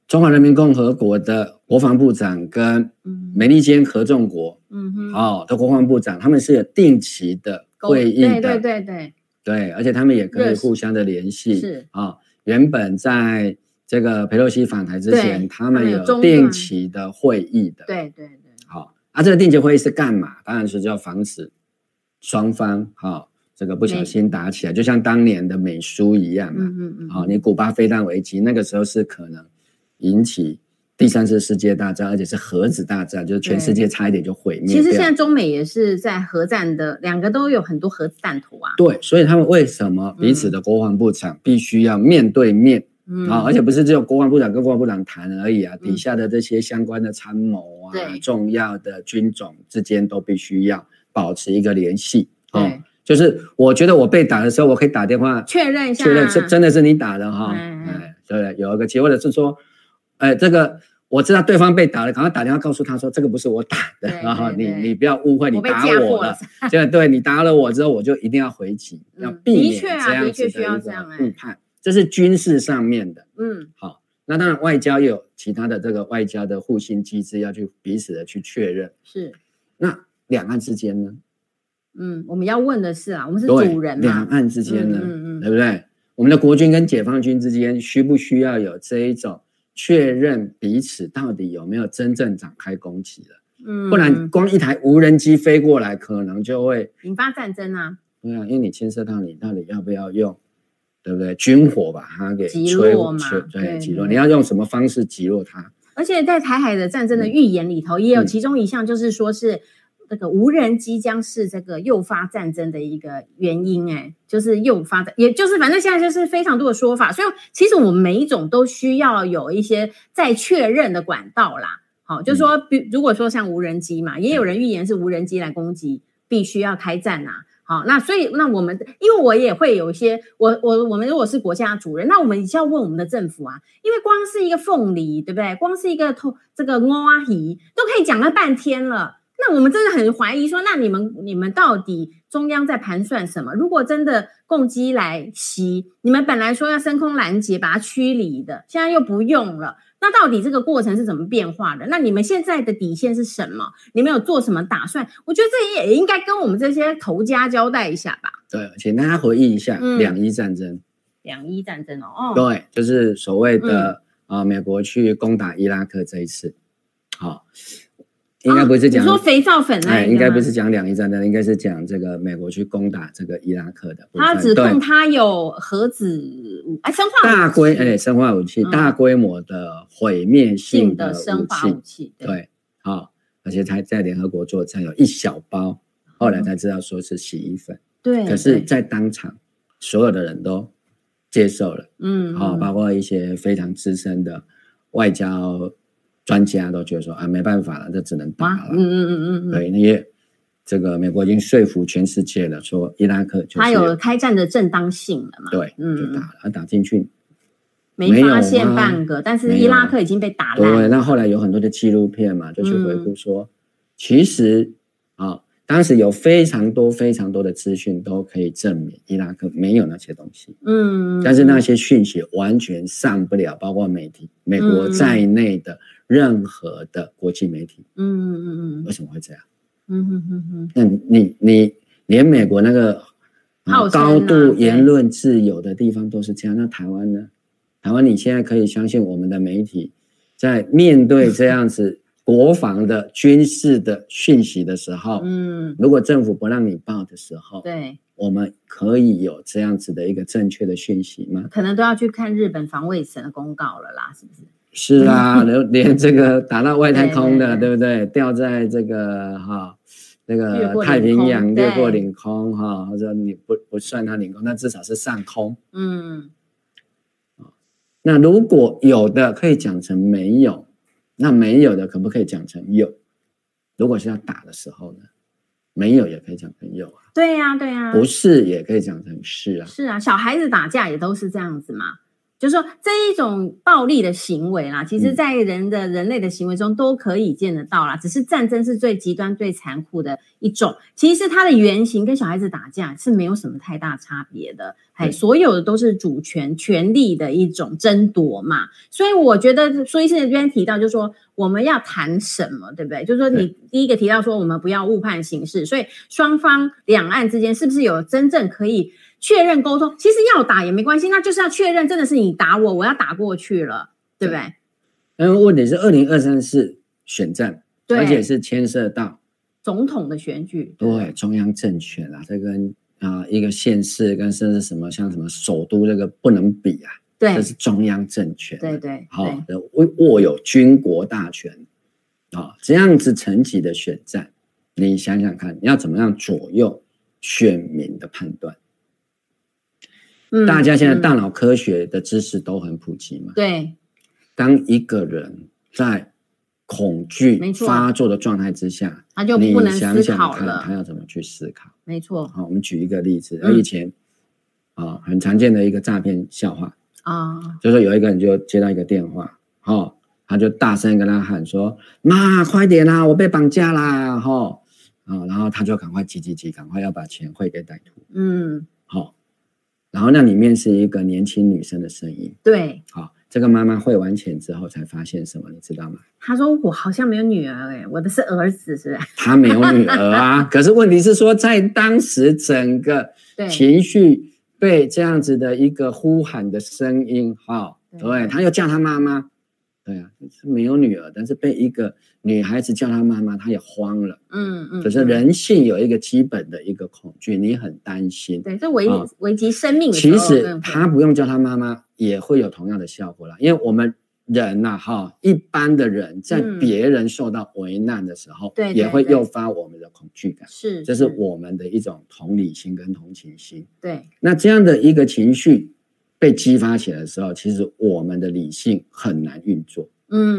中华人民共和国的国防部长跟美利坚合众国，的国防部长，他们是有定期的会议的，对，而且他们也可以互相的联系。是原本在这个裴洛西访台之前，他们有定期的会议的。对。好，这个定期会议是干嘛？当然是要防止双方这个不小心打起来，就像当年的美苏一样嘛。你古巴飞弹危机那个时候是可能引起第3次世界大战，而且是核子大战，就是全世界差一点就毁灭掉。 其实现在中美也是在核战的，两个都有很多核子弹头啊。 对，所以他们为什么彼此的国防部长必须要面对面？而且不是只有国防部长跟国防部长谈而已啊，底下的这些相关的参谋重要的军种之间都必须要保持一个联系。就是我觉得我被打的时候，我可以打电话确认一下， 确认是真的是你打的对，有一个或者是说，这个我知道对方被打了，赶快打电话告诉他说这个不是我打的，你不要误会，你打我了，对，你打了我之后，我就一定要回击，要避免这样子的一个误判，这是军事上面的。好，那当然外交也有其他的这个外交的互信机制，要去彼此的去确认。是，那两岸之间呢？ 我们要问的是我们是主人嘛， 两岸之间呢，对不对？我们的国军跟解放军之间需不需要有这一种确认彼此到底有没有真正展开攻击了？不然光一台无人机飞过来，可能就会引发战争啊。 对啊，因为你牵涉到你到底要不要用，对不对？军火把它给摧落嘛，对，击落。你要用什么方式击落它？ 而且在台海的战争的预言里头，也有其中一项就是说是这个无人机将是这个诱发战争的一个原因，就是诱发的，也就是反正现在就是非常多的说法，所以其实我们每一种都需要有一些再确认的管道啦。好，就是说，如果说像无人机嘛，也有人预言是无人机来攻击，必须要开战啊。好，那所以那我们，因为我也会有一些，我们如果是国家主人，那我们就要问我们的政府啊，因为光是一个凤梨，对不对？光是一个这个蚵仔鱼都可以讲了半天了。那我们真的很怀疑说，那你们到底中央在盘算什么？如果真的共机来袭，你们本来说要升空拦截把它驱离的，现在又不用了，那到底这个过程是怎么变化的？那你们现在的底线是什么？你们有做什么打算？我觉得这也应该跟我们这些头家交代一下吧。 对，请大家回忆一下两伊战争。 两伊战争哦， 对，就是所谓的美国去攻打伊拉克这一次，好。应该不是讲你说肥皂粉应该不是讲两伊战争，应该是讲这个美国去攻打这个伊拉克的部分。 他指控他有核子生化武器， 生化武器，大规模的毁灭性的生化武器， 对，而且他在联合国作战有一小包，后来才知道说是洗衣粉，对，可是在当场所有的人都接受了，包括一些非常资深的外交专家都觉得说没办法了，这只能打了。对，因为这个美国已经说服全世界了，说伊拉克就是他有开战的正当性了嘛？ 对，就打了，打进去没发现半个，但是伊拉克已经被打烂了。 对，那后来有很多的纪录片嘛，就去回顾说，其实当时有非常多的资讯都可以证明伊拉克没有那些东西。但是那些讯息完全上不了，包括媒体，美国在内的任何的国际媒体。为什么会这样？那你连美国那个高度言论自由的地方都是这样，那台湾呢？台湾你现在可以相信我们的媒体在面对这样子国防的军事的讯息的时候，如果政府不让你报的时候，对，我们可以有这样子的一个正确的讯息吗？ 可能都要去看日本防卫省的公告了啦，是不是？ 是啊，连这个打到外太空的，对不对？掉在这个那个太平洋掠过领空或者你不算它领空，那至少是上空。那如果有的可以讲成没有，那没有的可不可以讲成有？如果是要打的时候呢，没有也可以讲成有啊。 对呀，对呀。 不是也可以讲成是啊。 是啊，小孩子打架也都是这样子嘛。 就是说这一种暴力的行为啦，其实在人类的行为中都可以见得到啦，只是战争是最极端最残酷的一种，其实它的原型跟小孩子打架是没有什么太大差别的，所有的都是主权权力的一种争夺嘛，所以我觉得苏医师这边提到就是说我们要谈什么，对不对？就是说你第一个提到说我们不要误判形势，所以双方两岸之间是不是有真正可以确认沟通，其实要打也没关系，那就是要确认真的是你打我，我要打过去了，对不对？ 因为问题是2023是选战，而且是牵涉到总统的选举， 对中央政权啊，这跟一个县市跟甚至什么像什么首都这个不能比啊， 对， 这是中央政权， 对， 好，握有军国大权这样子层级的选战，你想想看，你要怎么样左右选民的判断？大家现在大脑科学的知识都很普及嘛？ 对。 当一个人在恐惧发作的状态之下， 他就不能思考了。 你想想看，他要怎么去思考？ 没错。 好，我们举一个例子，以前很常见的一个诈骗笑话就是有一个人就接到一个电话，他就大声跟他喊说：“妈，快点啦，我被绑架啦！”然后他就赶快急，赶快要把钱汇给歹徒。然后那里面是一个年轻女生的声音。 对。 好，这个妈妈汇完钱之后才发现什么，你知道吗？ 她说：“我好像没有女儿我的是儿子，是不是？” 她没有女儿啊，可是问题是说，在当时整个情绪被这样子的一个呼喊的声音，对，她又叫她妈妈。对啊，是没有女儿，但是被一个女孩子叫她妈妈，她也慌了。就是人性有一个基本的一个恐惧，你很担心。 对，这危及生命的时候。 其实她不用叫她妈妈，也会有同样的效果啦。因为我们人一般的人在别人受到危难的时候，也会诱发我们的恐惧感。 是， 这是我们的一种同理心跟同情心。 对， 那这样的一个情绪被激发起来的时候，其实我们的理性很难运作。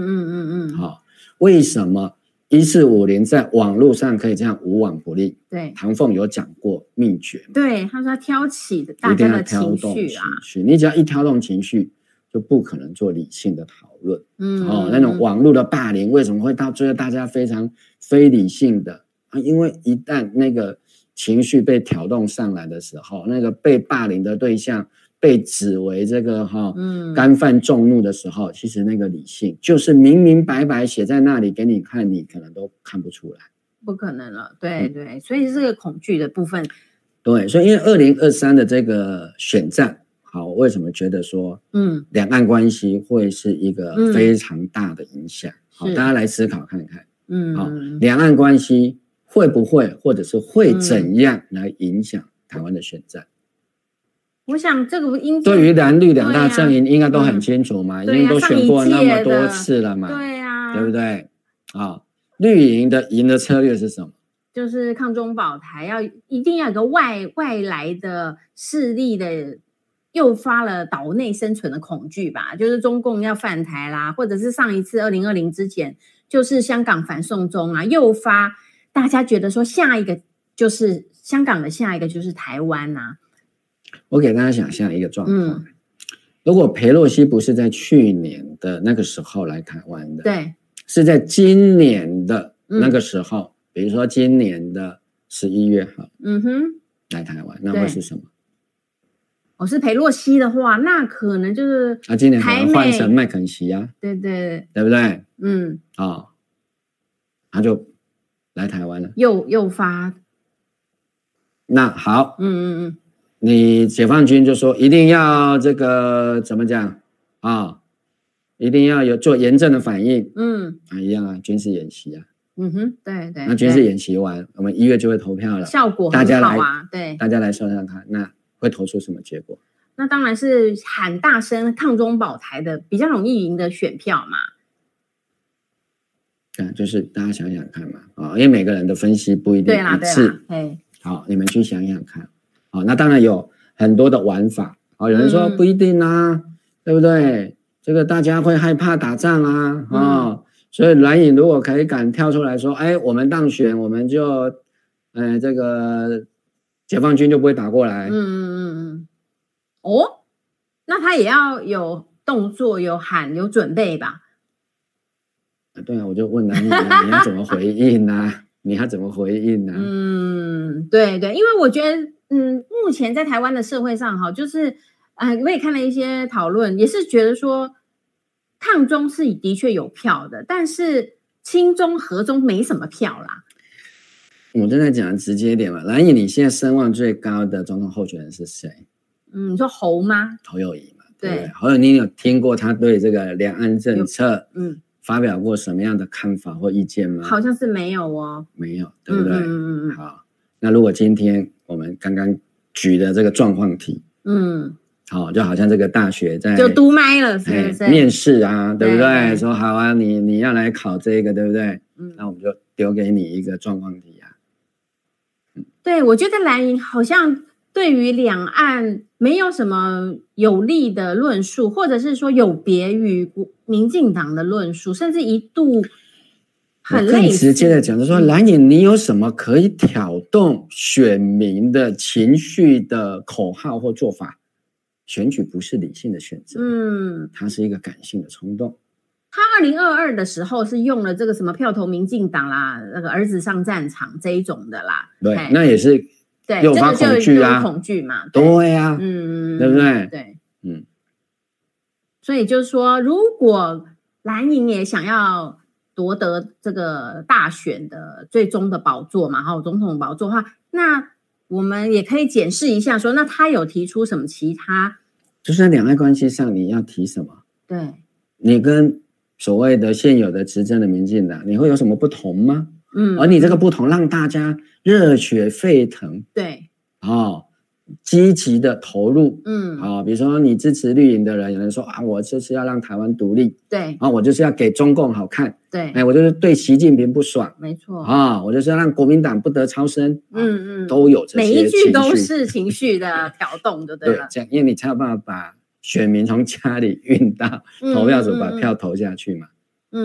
为什么1450在网络上可以这样无往不利？ 对， 唐凤有讲过秘诀。 对，他说他挑起大家的情绪你只要一挑动情绪，就不可能做理性的讨论。那种网络的霸凌为什么会到最后大家非常非理性的因为一旦那个情绪被挑动上来的时候，那个被霸凌的对象被指为这个干犯众怒的时候，其实那个理性就是明明白白写在那里给你看，你可能都看不出来， 不可能了。对，所以这个恐惧的部分。 对，所以因为2023的这个选战，我为什么觉得说两岸关系会是一个非常大的影响？大家来思考看看。两岸关系会不会或者是会怎样来影响台湾的选战？ 我想这个对于蓝绿两大阵营应该都很清楚嘛，已经都选过那么多次了嘛，对不对？绿营的赢的策略是什么？ 就是抗中保台，一定要有个外来的势力的诱发了岛内生存的恐惧吧，就是中共要犯台啦，或者是上一次2020之前就是香港反送中诱发大家觉得说下一个就是香港的下一个就是台湾我给大家想象一个状况，如果裴洛西不是在去年的那个时候来台湾的， 对， 是在今年的那个时候，比如说今年的11月来台湾，那会是什么？ 是裴洛西的话，那可能就是今年可能换成麦肯锡对不对？他就来台湾了， 诱发。 那好，你解放军就说一定要这个怎么讲一定要有做严正的反应，一样军事演习对。 那军事演习完，我们1月就会投票了， 效果很好对， 大家来说说看，那会投出什么结果？ 那当然是喊大声抗中保台的比较容易赢的选票嘛。 就是大家想想看嘛，因为每个人的分析不一定一致，好，你们去想想看。那当然有很多的玩法，有人说不一定对不对？这个大家会害怕打仗所以蓝营如果可以敢跳出来说，我们当选，我们就这个解放军就不会打过来。 那他也要有动作、有喊、有准备吧？ 对啊，我就问了你啊，你要怎么回应啊？你要怎么回应啊？ 对对，因为我觉得，目前在台湾的社会上，哈，就是，我也看了一些讨论，也是觉得说，抗中是的确有票的，但是亲中、和中没什么票啦。 我正在讲直接一点嘛，蓝营你现在声望最高的总统候选人是谁？ 你说侯吗？ 侯友宜嘛， 对。 对不对？侯友宜，你有听过他对这个两岸政策，发表过什么样的看法或意见吗？ 好像是没有哦。 没有，对不对？好，那如果今天我们刚刚举的这个状况题，好，就好像这个大学在就嘟麦了，是不是？ 面试啊，对不对？说好啊，你要来考这个，对不对？那我们就丢给你一个状况题啊。 对，我觉得蓝营好像对于两岸没有什么有利的论述，或者是说有别于民进党的论述，甚至一度很类似。 更直接的讲，就是说蓝营你有什么可以挑动选民的情绪的口号或做法？选举不是理性的选择，它是一个感性的冲动。 他2022的时候是用了这个什么票投民进党啦，那个儿子上战场这一种的啦， 对，那也是诱发恐惧啊， 恐惧嘛， 对啊，对不对？ 对，所以就是说，如果蓝营也想要夺得这个大选的最终的宝座嘛，还有总统宝座的话，那我们也可以检视一下说，那他有提出什么其他？ 就是在两岸关系上，你要提什么？ 对， 你跟所谓的现有的执政的民进党，你会有什么不同吗？而你这个不同让大家热血沸腾， 对， 积极的投入，比如说你支持绿营的人，有人说啊，我就是要让台湾独立， 对， 我就是要给中共好看， 对， 我就是对习近平不爽， 没错， 我就是要让国民党不得超生，都有这些情绪， 每一句都是情绪的挑动，对不对？ 对，这样，因为你才有办法把选民从家里运到投票所，把票投下去嘛。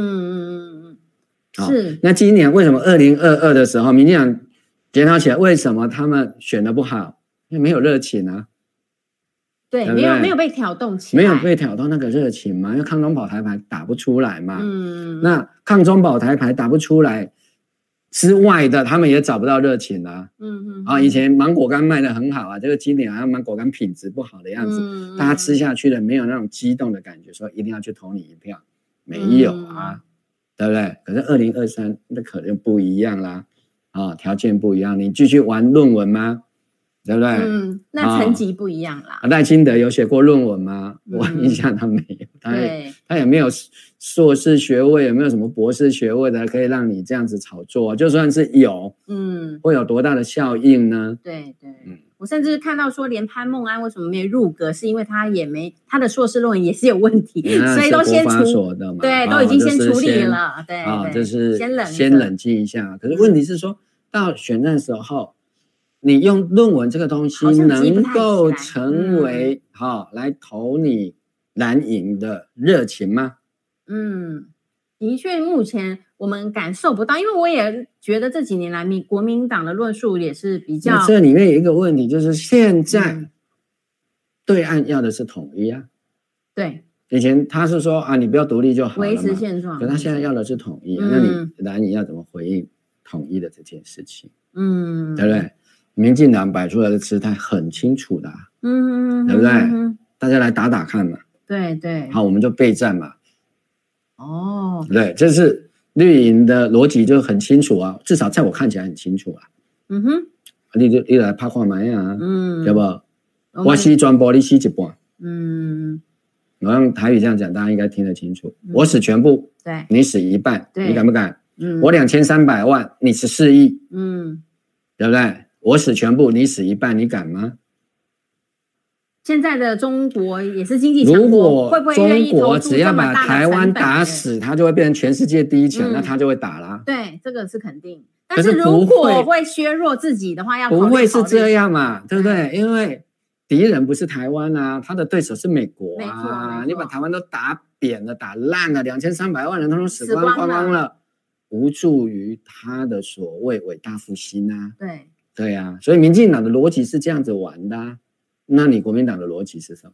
是。那今年为什么2022的时候，民进党检讨起来，为什么他们选的不好？因为没有热情啊。 对，没有被挑动起来， 没有被挑动那个热情嘛，因为抗中保台牌打不出来嘛。那抗中保台牌打不出来之外的，他们也找不到热情啊。以前芒果干卖得很好啊，这个今年好像芒果干品质不好的样子，大家吃下去了没有那种激动的感觉，说一定要去投你一票，没有啊，对不对？可是2023那可能不一样啦，条件不一样，你继续玩论文吗？对不对？ 那层级不一样啦。 赖清德有写过论文吗？我印象他没有，他也没有硕士学位，也没有什么博士学位的，可以让你这样子炒作。就算是有，会有多大的效应呢？ 对对，我甚至看到说，连潘孟安为什么没有入阁，是因为他的硕士论文也是有问题，所以都先对，都已经先处理了，对， 就是先冷静一下。可是问题是说到选战时候。你用论文这个东西能够成为来投你蓝营的热情吗？ 的确，目前我们感受不到，因为我也觉得这几年来，国民党的论述也是比较。 这里面有一个问题，就是现在对岸要的是统一啊。 对， 以前他是说你不要独立就好了嘛， 维持现状。 可他现在要的是统一，那你蓝营要怎么回应统一的这件事情？对不对？民进党摆出来的姿态很清楚的，对不对？大家来打打看嘛。 对对。 好，我们就备战嘛。对，这是绿营的逻辑就很清楚啊，至少在我看起来很清楚啊。你来拍看买啊，对不？我洗全部，你洗一半。我用台语这样讲，大家应该听得清楚。我死全部， 对， 你死一半，你敢不敢？我2300万，你14亿，对不对？我死全部，你死一半，你敢吗？ 现在的中国也是经济强国，会不会愿意投注这么大的成本？如果中国只要把台湾打死，他就会变成全世界第一强，那他就会打啦。 对，这个是肯定。但是如果会削弱自己的话，要不会是这样嘛？对不对？因为敌人不是台湾啊，他的对手是美国啊。你把台湾都打扁了、打烂了，2300万人通通死光了，无助于他的所谓伟大复兴啊。对啊，所以民进党的逻辑是这样子玩的那你国民党的逻辑是什么？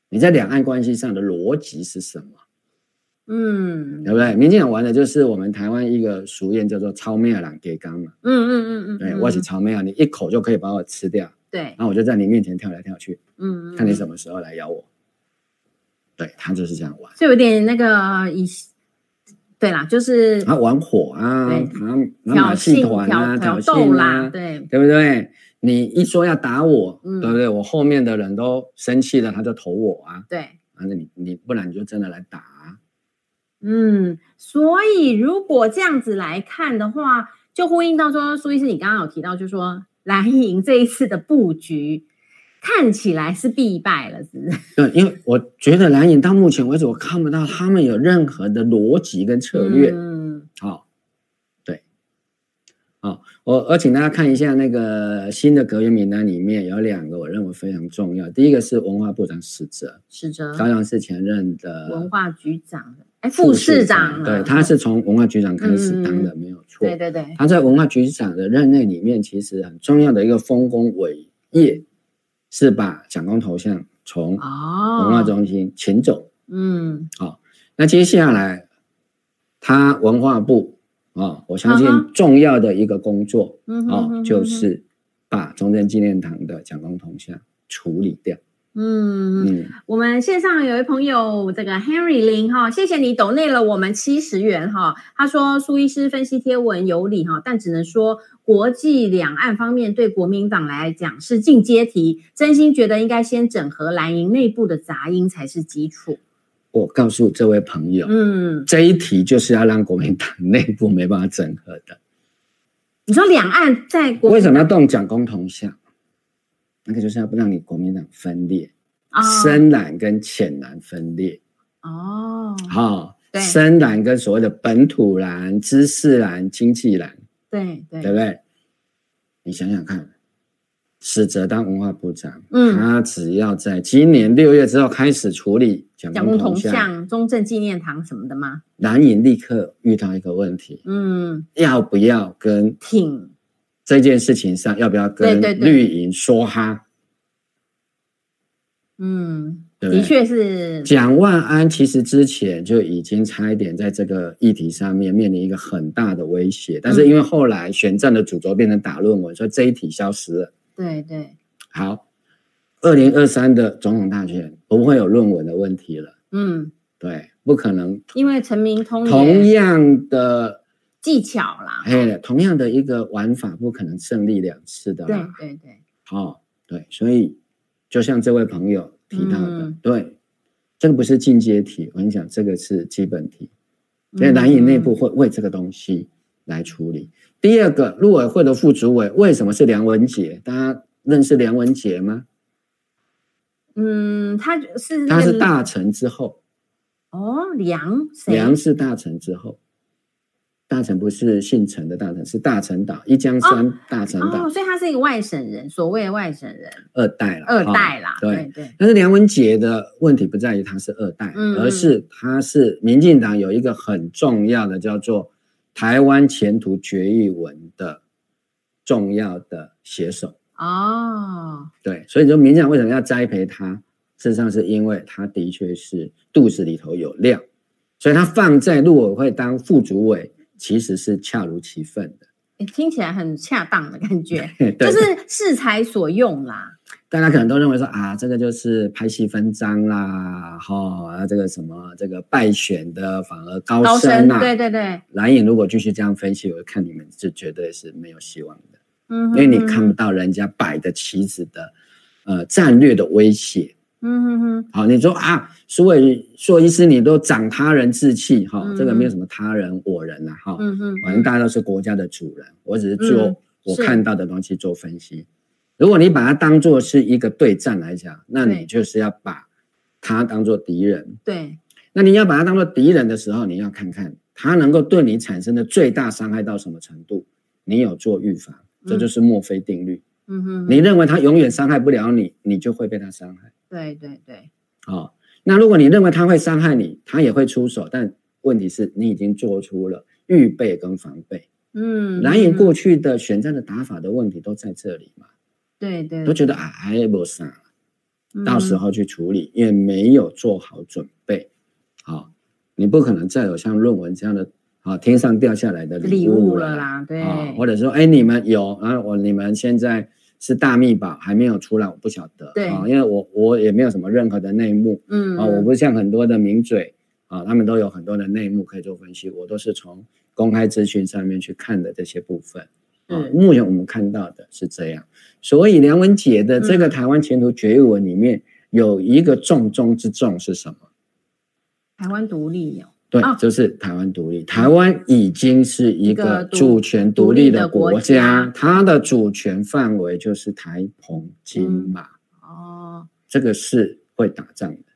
你在两岸关系上的逻辑是什么？ 嗯， 对不对？民进党玩的就是我们台湾一个俗谚叫做超妹郎给刚嘛。对，我是超妹啊，你一口就可以把我吃掉。 对， 然后我就在你面前跳来跳去。看你什么时候来咬我。对，他就是这样玩， 就有点那个对啦，就是他玩火啊，他马戏团啊， 挑逗啦，对不对？你一说要打我，对不对？我后面的人都生气了，他就投我啊。 对， 那你不然你就真的来打啊。 所以如果这样子来看的话，就呼应到说，苏医师你刚刚有提到，就是说蓝营这一次的布局看起来是必败了，是不是？ 对，因为我觉得蓝营到目前为止，我看不到他们有任何的逻辑跟策略。对，我请大家看一下那个新的阁员名单里面有2个我认为非常重要。第一个是文化部长史哲，高雄市前任的文化局长，副市长， 对，他是从文化局长开始当的，没有错。 对， 他在文化局长的任内里面，其实很重要的一个丰功伟业是把蒋公头像从文化中心请走。那接下来他文化部我相信重要的一个工作就是把中正纪念堂的蒋公铜像处理掉。 我们线上有一位朋友，这个 Henry 林谢谢你抖内了我们70元他说苏医师分析贴文有理但只能说国际两岸方面对国民党来讲是进阶题，真心觉得应该先整合蓝营内部的杂音才是基础。 我告诉这位朋友，这一题就是要让国民党内部没办法整合的。 你说两岸在国民党为什么要动蒋公铜像？那个就是要让你国民党分裂，深蓝跟浅蓝分裂。深蓝跟所谓的本土蓝、知识蓝、经济蓝，对不对？你想想看，史哲当文化部长，他只要在今年6月之后开始处理蒋公铜像、 中正纪念堂什么的吗？ 蓝营立刻遇到一个问题，要不要跟挺这件事情上，要不要跟绿营说哈？ 的确是。 蒋万安其实之前就已经差一点在这个议题上面面临一个很大的威胁，但是因为后来选战的主轴变成打论文，所以这一题消失了。对。好，2023的总统大选不会有论文的问题了。对，不可能， 因为陈明通同样的技巧啦， 同样的一个玩法，不可能胜利2次的啦。 对。 对，所以就像这位朋友提到的，对，这个不是进阶题，我跟你讲，这个是基本题，所以蓝营内部会为这个东西来处理。第二个，陆委会的副主委为什么是梁文杰？大家认识梁文杰吗？ 他是大臣之后。梁是大臣之后。大臣不是姓陈的大臣，是大陈岛，一江山大陈岛。 所以他是一个外省人，所谓的外省人 ，2代啦。 对。 但是梁文杰的问题不在于他是2代，而是他是民进党有一个很重要的叫做台湾前途决议文的重要的写手。对，所以就民进党为什么要栽培他？事实上是因为他的确是肚子里头有料，所以他放在陆委会当副主委。其实是恰如其分的， 听起来很恰当的感觉，就是适才所用啦。 大家可能都认为说这个就是拍戏分赃啦，这个什么这个败选的反而高升啦。对。蓝营如果继续这样分析，我看你们是绝对是没有希望的，因为你看不到人家摆的棋子的战略的威胁。好，你说苏医师你都长他人志气，这个没有什么他人我人啦，反正大家都是国家的主人，我只是做我看到的东西做分析。如果你把它当作是一个对战来讲，那你就是要把他当作敌人。 对， 那你要把他当作敌人的时候，你要看看他能够对你产生的最大伤害到什么程度，你有做预防，这就是墨菲定律。你认为他永远伤害不了你，你就会被他伤害。 对。 那如果你认为他会伤害你，他也会出手，但问题是你已经做出了预备跟防备。蓝营过去的选战的打法的问题都在这里嘛。对。都觉得没啥。 到时候去处理，因为没有做好准备。好，你不可能再有像论文这样的天上掉下来的礼物了啦， 对， 或者说你们有，然后你们现在是大秘宝还没有出来，我不晓得， 对， 因为我也没有什么任何的内幕，我不像很多的名嘴他们都有很多的内幕可以做分析，我都是从公开资讯上面去看的这些部分。目前我们看到的是这样，所以梁文杰的这个台湾前途决议文里面有一个重中之重是什么？ 台湾独立对，就是台湾独立。台湾已经是一个主权独立的国家，它的主权范围就是台澎金马。这个是会打仗的。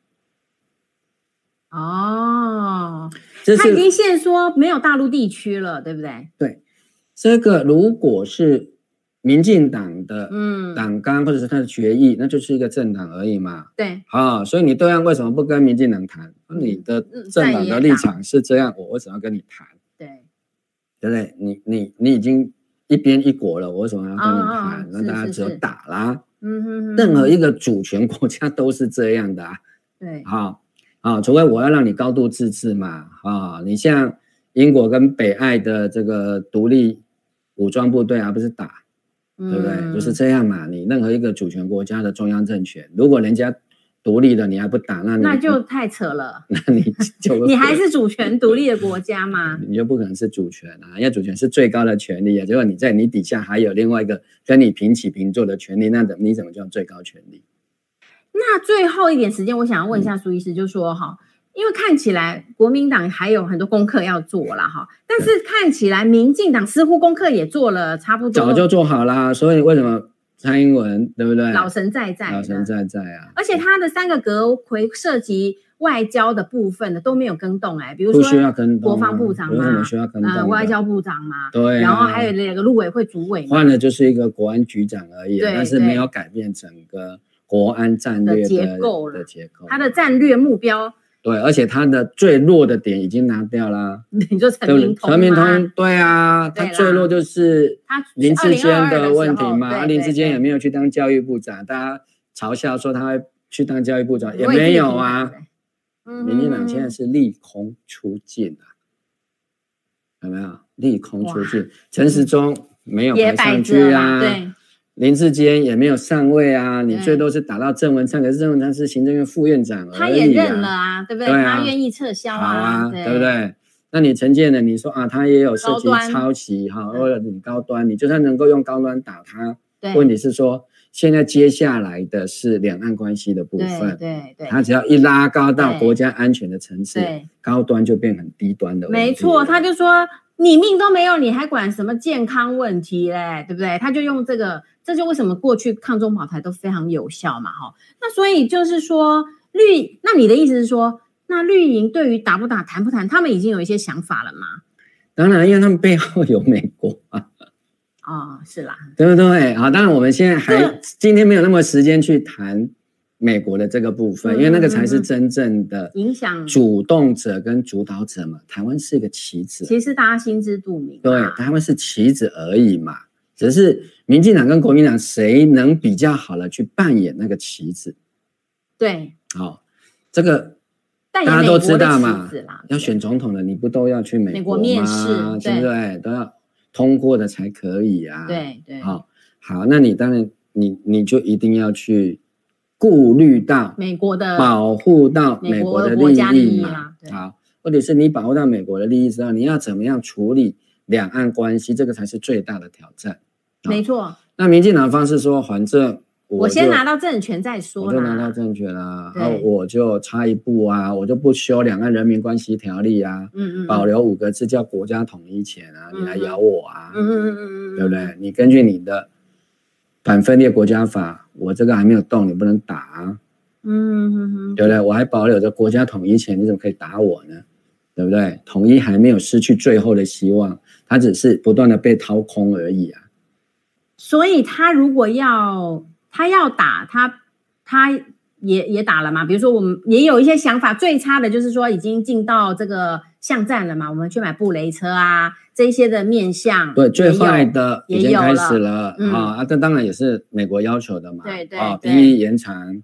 他已经限缩没有大陆地区了，对不对？ 对，这个如果是民进党的党纲或者是他的决议，那就是一个政党而已嘛。 对， 所以你对岸为什么不跟民进党谈？你的政党的立场是这样，我为什么要跟你谈？对不对？你已经一边一国了，我为什么要跟你谈？那大家只有打啦。任何一个主权国家都是这样的啊。 对， 除非我要让你高度自治嘛。你像英国跟北爱的这个独立武装部队不是打，对不对？就是这样嘛。你任何一个主权国家的中央政权，如果人家独立了，你还不打，那就太扯了。 那你就你还是主权独立的国家吗？ 你就不可能是主权啊，因为主权是最高的权利啊。结果你在你底下还有另外一个跟你平起平坐的权利，那你怎么叫最高权利？ 那最后一点时间，我想要问一下苏医师，就说因为看起来国民党还有很多功课要做啦但是看起来民进党似乎功课也做了差不多， 早就做好啦。所以为什么蔡英文对不对？ 老神在在啊！ 而且他的3个阁揆涉及外交的部分的都没有更动比如说不需要更动国防部长嘛， 为什么需要更动外交部长嘛， 对然后还有2个陆委会主委嘛， 换了就是一个国安局长而已，但是没有改变整个国安战略的结构， 他的战略目标。 对，而且他的最弱的点已经拿掉啦。 你说陈明通对啊，他最弱就是林智坚的问题嘛。林智坚也没有去当教育部长，大家嘲笑说他会去当教育部长，也没有啊。民进党现在是利空出尽有没有？利空出尽，陈时中没有排上去啊。 对。 林智坚也没有上位啊，你最多是打到郑文灿，可是郑文灿是行政院副院长而已他也认了对不对？他愿意撤销对不对？那你陈建仁，你说他也有涉及抄袭或者你高端，你就算能够用高端打他，问题是说现在接下来的是两岸关系的部分， 对， 他只要一拉高到国家安全的层次，高端就变很低端的问题。 没错，他就说你命都没有，你还管什么健康问题嘞？对不对？他就用这个。这就为什么过去抗中保台都非常有效嘛，那所以就是说那你的意思是说，那绿营对于打不打、谈不谈，他们已经有一些想法了吗？ 当然，因为他们背后有美国是啦， 对不对？当然我们现在今天没有那么时间去谈美国的这个部分，因为那个才是真正的影响主动者跟主导者嘛。台湾是一个棋子， 其实大家心知肚明， 对，台湾是棋子而已嘛。只是民进党跟国民党谁能比较好的去扮演那个棋子？ 对， 这个大家都知道嘛。要选总统的，你不都要去美国面试， 对不对？都要通过的才可以啊。 对， 好，那你当然你就一定要去顾虑到美国的， 保护到美国的利益嘛。 好， 或者是你保护到美国的利益之后，你要怎么样处理两岸关系？这个才是最大的挑战。 没错， 那民进党的方式说，反正我先拿到政权再说， 我就拿到政权啦，然后我就差一步我就不修两岸人民关系条例保留5个字叫国家统一前你来咬我对不对？你根据你的反分裂国家法，我这个还没有动，你不能打对不对？我还保留着国家统一前，你怎么可以打我呢？对不对？统一还没有失去最后的希望，它只是不断的被掏空而已所以他如果要打他也打了嘛？比如说我们也有一些想法，最差的就是说已经进到这个巷战了嘛，我们去买布雷车这一些的面向， 对，最坏的已经开始了但当然也是美国要求的嘛， 对兵役延长，对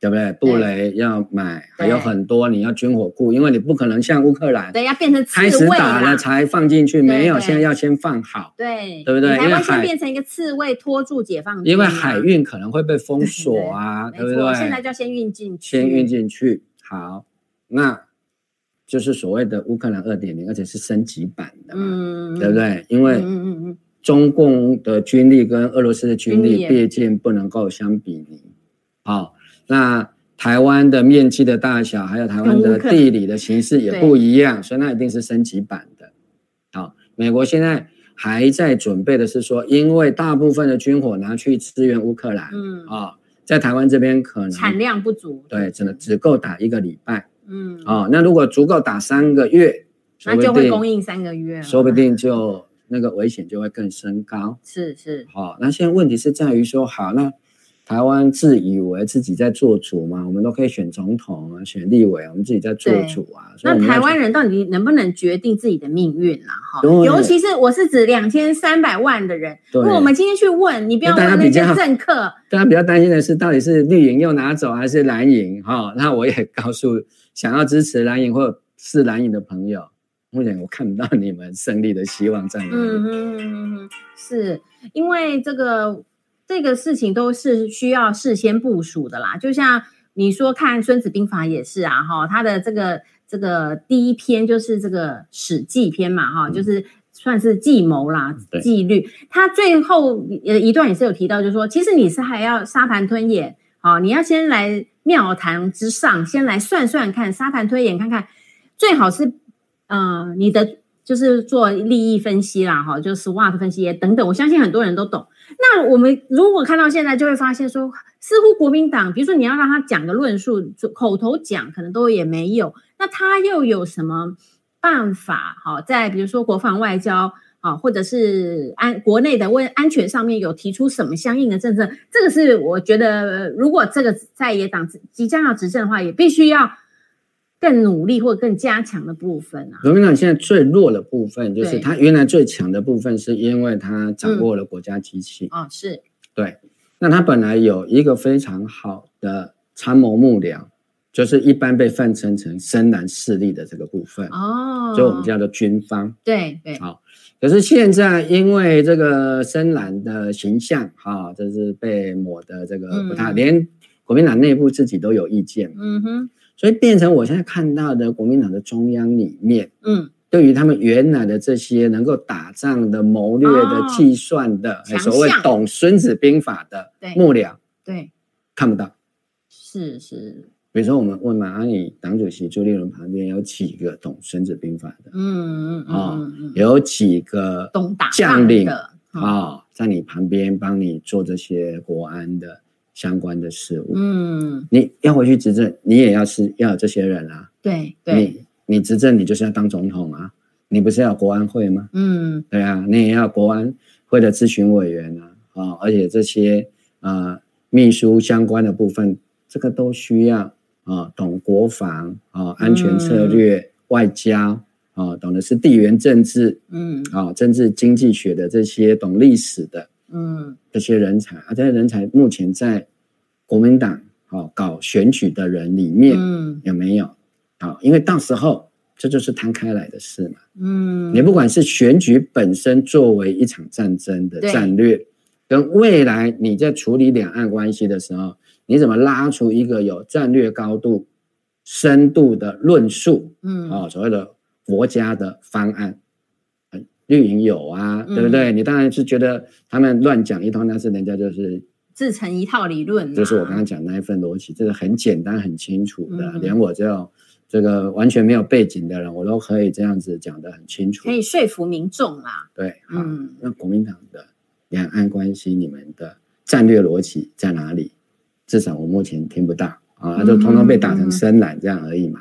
对不对？布雷要买，还有很多你要军火库，因为你不可能像乌克兰， 对，要变成刺猬开始打了才放进去，没有， 对现在要先放好， 对， 对不对？ 台湾先变成一个刺猬拖住解放军， 因为海运可能会被封锁啊，对不对？ 现在就要先运进去， 先运进去。好，那就是所谓的乌克兰 2.0， 而且是升级版的嘛，对不对？因为中共的军力跟俄罗斯的军力毕竟不能够相比拟。好，那台湾的面积的大小，还有台湾的地理的形势也不一样，所以那一定是升级版的。好，美国现在还在准备的是说，因为大部分的军火拿去支援乌克兰，在台湾这边可能产量不足， 对，只够打1个礼拜，那如果足够打3个月， 那就会供应3个月， 说不定就那个危险就会更升高。 是， 好，那现在问题是在于说，好，那台湾自以为自己在做主嘛，我们都可以选总统啊，选立委，我们自己在做主啊。 那台湾人到底能不能决定自己的命运啦？尤其是我是指2300万的人，如果我们今天去问，你不要问那些政客， 大家比较担心的是，到底是绿营又拿走还是蓝营？那我也告诉想要支持蓝营或是蓝营的朋友，目前我看不到你们胜利的希望在哪里。 是因为这个事情都是需要事先部署的啦，就像你说看《孙子兵法》也是啊，他的这个第一篇就是这个史记篇嘛，就是算是计谋啦、纪律。他最后一段也是有提到，就是说，其实你是还要沙盘推演，你要先来庙堂之上，先来算算看，沙盘推演看看，最好是你的就是做利益分析啦，就是 SWOT 分析等等，我相信很多人都懂。那我们如果看到现在，就会发现说，似乎国民党，比如说你要让他讲个论述，口头讲可能都也没有，那他又有什么办法？在比如说国防外交或者是国内的安全上面有提出什么相应的政策？这个是我觉得，如果这个在野党即将要执政的话，也必须要更努力或更加强的部分啊。 国民党现在最弱的部分，就是他原来最强的部分，是因为他掌握了国家机器。 是。 对，那他本来有一个非常好的参谋幕僚，就是一般被泛称成深蓝势力的这个部分。所以我们叫做军方。 对。 好，可是现在因为这个深蓝的形象，就是被抹的这个不太，连国民党内部自己都有意见。所以变成我现在看到的国民党的中央里面，对于他们原来的这些能够打仗的、谋略的、计算的，所谓懂《孙子兵法》的幕僚， 对， 看不到。 是。 比如说我们问嘛，你党主席朱立伦旁边有几个懂《孙子兵法》的？有几个将领在你旁边帮你做这些国安的相关的事物，你要回去执政，你也要有这些人啊。 对， 你执政，你就是要当总统啊，你不是要国安会吗？对啊，你也要国安会的咨询委员啊，而且这些秘书相关的部分，这个都需要懂国防安全策略、外交懂的是地缘政治，政治经济学的这些懂历史的。这些人才这些人才目前在国民党搞选举的人里面有没有？因为到时候这就是摊开来的事嘛。你不管是选举本身作为一场战争的战略，跟未来你在处理两岸关系的时候，你怎么拉出一个有战略高度、深度的论述？所谓的国家的方案。绿营有啊，对不对？你当然是觉得他们乱讲一通，但是人家就是自成一套理论， 就是我刚刚讲那一份逻辑，这个很简单很清楚的，连我这个完全没有背景的人，我都可以这样子讲得很清楚， 可以说服民众啦。 对，那国民党的两岸关系，你们的战略逻辑在哪里？至少我目前听不到就通通被打成深蓝这样而已嘛。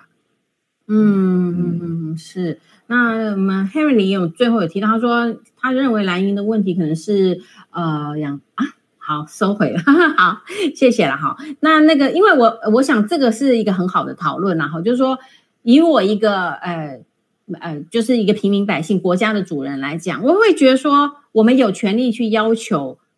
是。那我们 Henry 有最后有提到，他说他认为蓝营的问题可能是好收回了好，谢谢了那个因为我想这个是一个很好的讨论啦就是说以我一个就是一个平民百姓国家的主人来讲，我会觉得说我们有权利去要求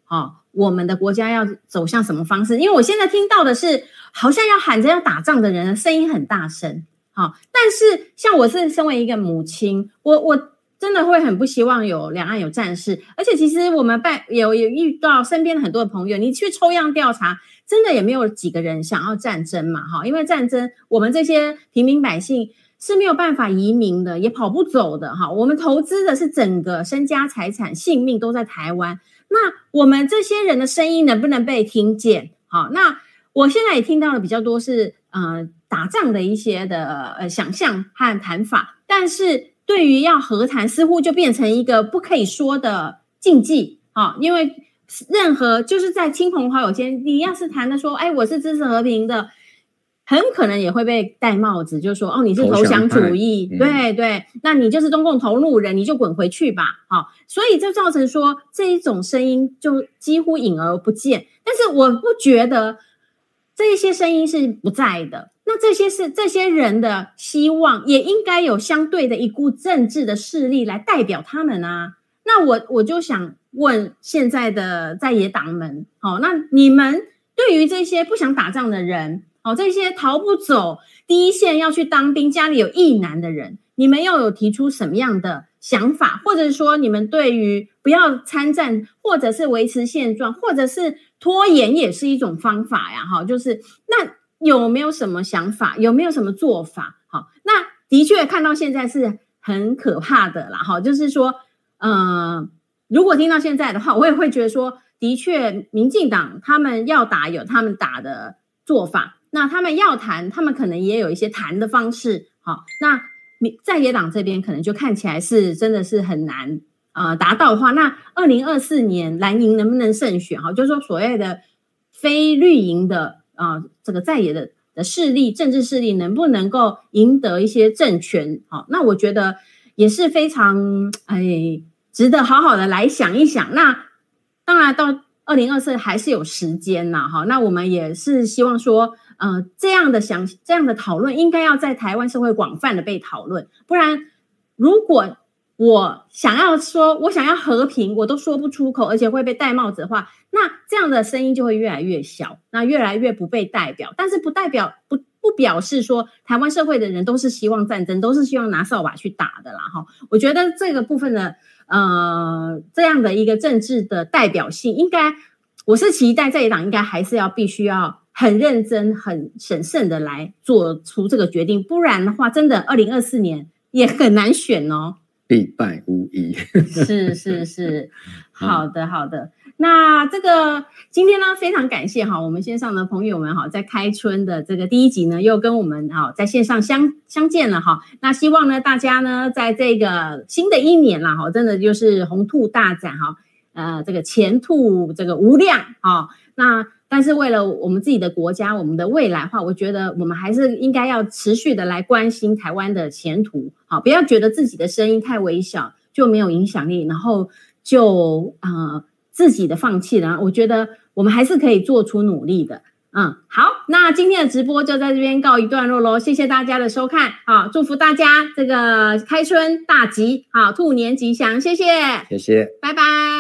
我们的国家要走向什么方式？因为我现在听到的是，好像要喊着要打仗的人的声音很大声，但是像我是身为一个母亲，我真的会很不希望有两岸有战事，而且其实我们有遇到身边很多的朋友，你去抽样调查，真的也没有几个人想要战争嘛，因为战争我们这些平民百姓是没有办法移民的，也跑不走的，我们投资的是整个身家财产性命都在台湾，那我们这些人的声音能不能被听见？那我现在也听到的比较多是打仗的一些的想象和谈法，但是对于要和谈似乎就变成一个不可以说的禁忌，因为任何就是在亲朋好友间，你要是谈的说我是支持和平的，很可能也会被戴帽子，就说你是投降主义，对，那你就是中共投入人，你就滚回去吧，所以就造成说这一种声音就几乎隐而不见。但是我不觉得这一些声音是不在的，那这些人的希望也应该有相对的一股政治的势力来代表他们啊。那我就想问现在的在野党们，那你们对于这些不想打仗的人，这些逃不走第一线要去当兵，家里有役男的人，你们又有提出什么样的想法？或者说你们对于不要参战，或者是维持现状，或者是拖延也是一种方法呀，就是那有没有什么想法？有没有什么做法？那的确看到现在是很可怕的啦，就是说如果听到现在的话，我也会觉得说，的确民进党他们要打有他们打的做法，那他们要谈，他们可能也有一些谈的方式，那在野党这边可能就看起来是真的是很难达到的话，那2024年蓝营能不能胜选？就是说所谓的非绿营的这个在野的势力，政治势力能不能够赢得一些政权？那我觉得也是非常值得好好的来想一想。那当然到2024还是有时间啦，那我们也是希望说这样的讨论应该要在台湾社会广泛的被讨论，不然如果我想要说我想要和平我都说不出口，而且会被戴帽子的话，那这样的声音就会越来越小，那越来越不被代表。但是不表示说台湾社会的人都是希望战争，都是希望拿扫把去打的啦。我觉得这个部分的这样的一个政治的代表性，应该我是期待在野党应该还是必须要很认真很审慎的来做出这个决定，不然的话真的2024年也很难选哦， 必败无疑。 是好的。那这个今天呢非常感谢我们线上的朋友们在开春的这个第一集呢又跟我们在线上相见了那希望呢大家呢在这个新的一年啦真的就是鸿兔大展这个前途这个无量那但是为了我们自己的国家我们的未来的话，我觉得我们还是应该要持续的来关心台湾的前途不要觉得自己的声音太微小就没有影响力，然后就自己的放弃了。我觉得我们还是可以做出努力的。好，那今天的直播就在这边告一段落咯，谢谢大家的收看祝福大家这个开春大吉兔年吉祥，谢谢， 谢谢， 拜拜。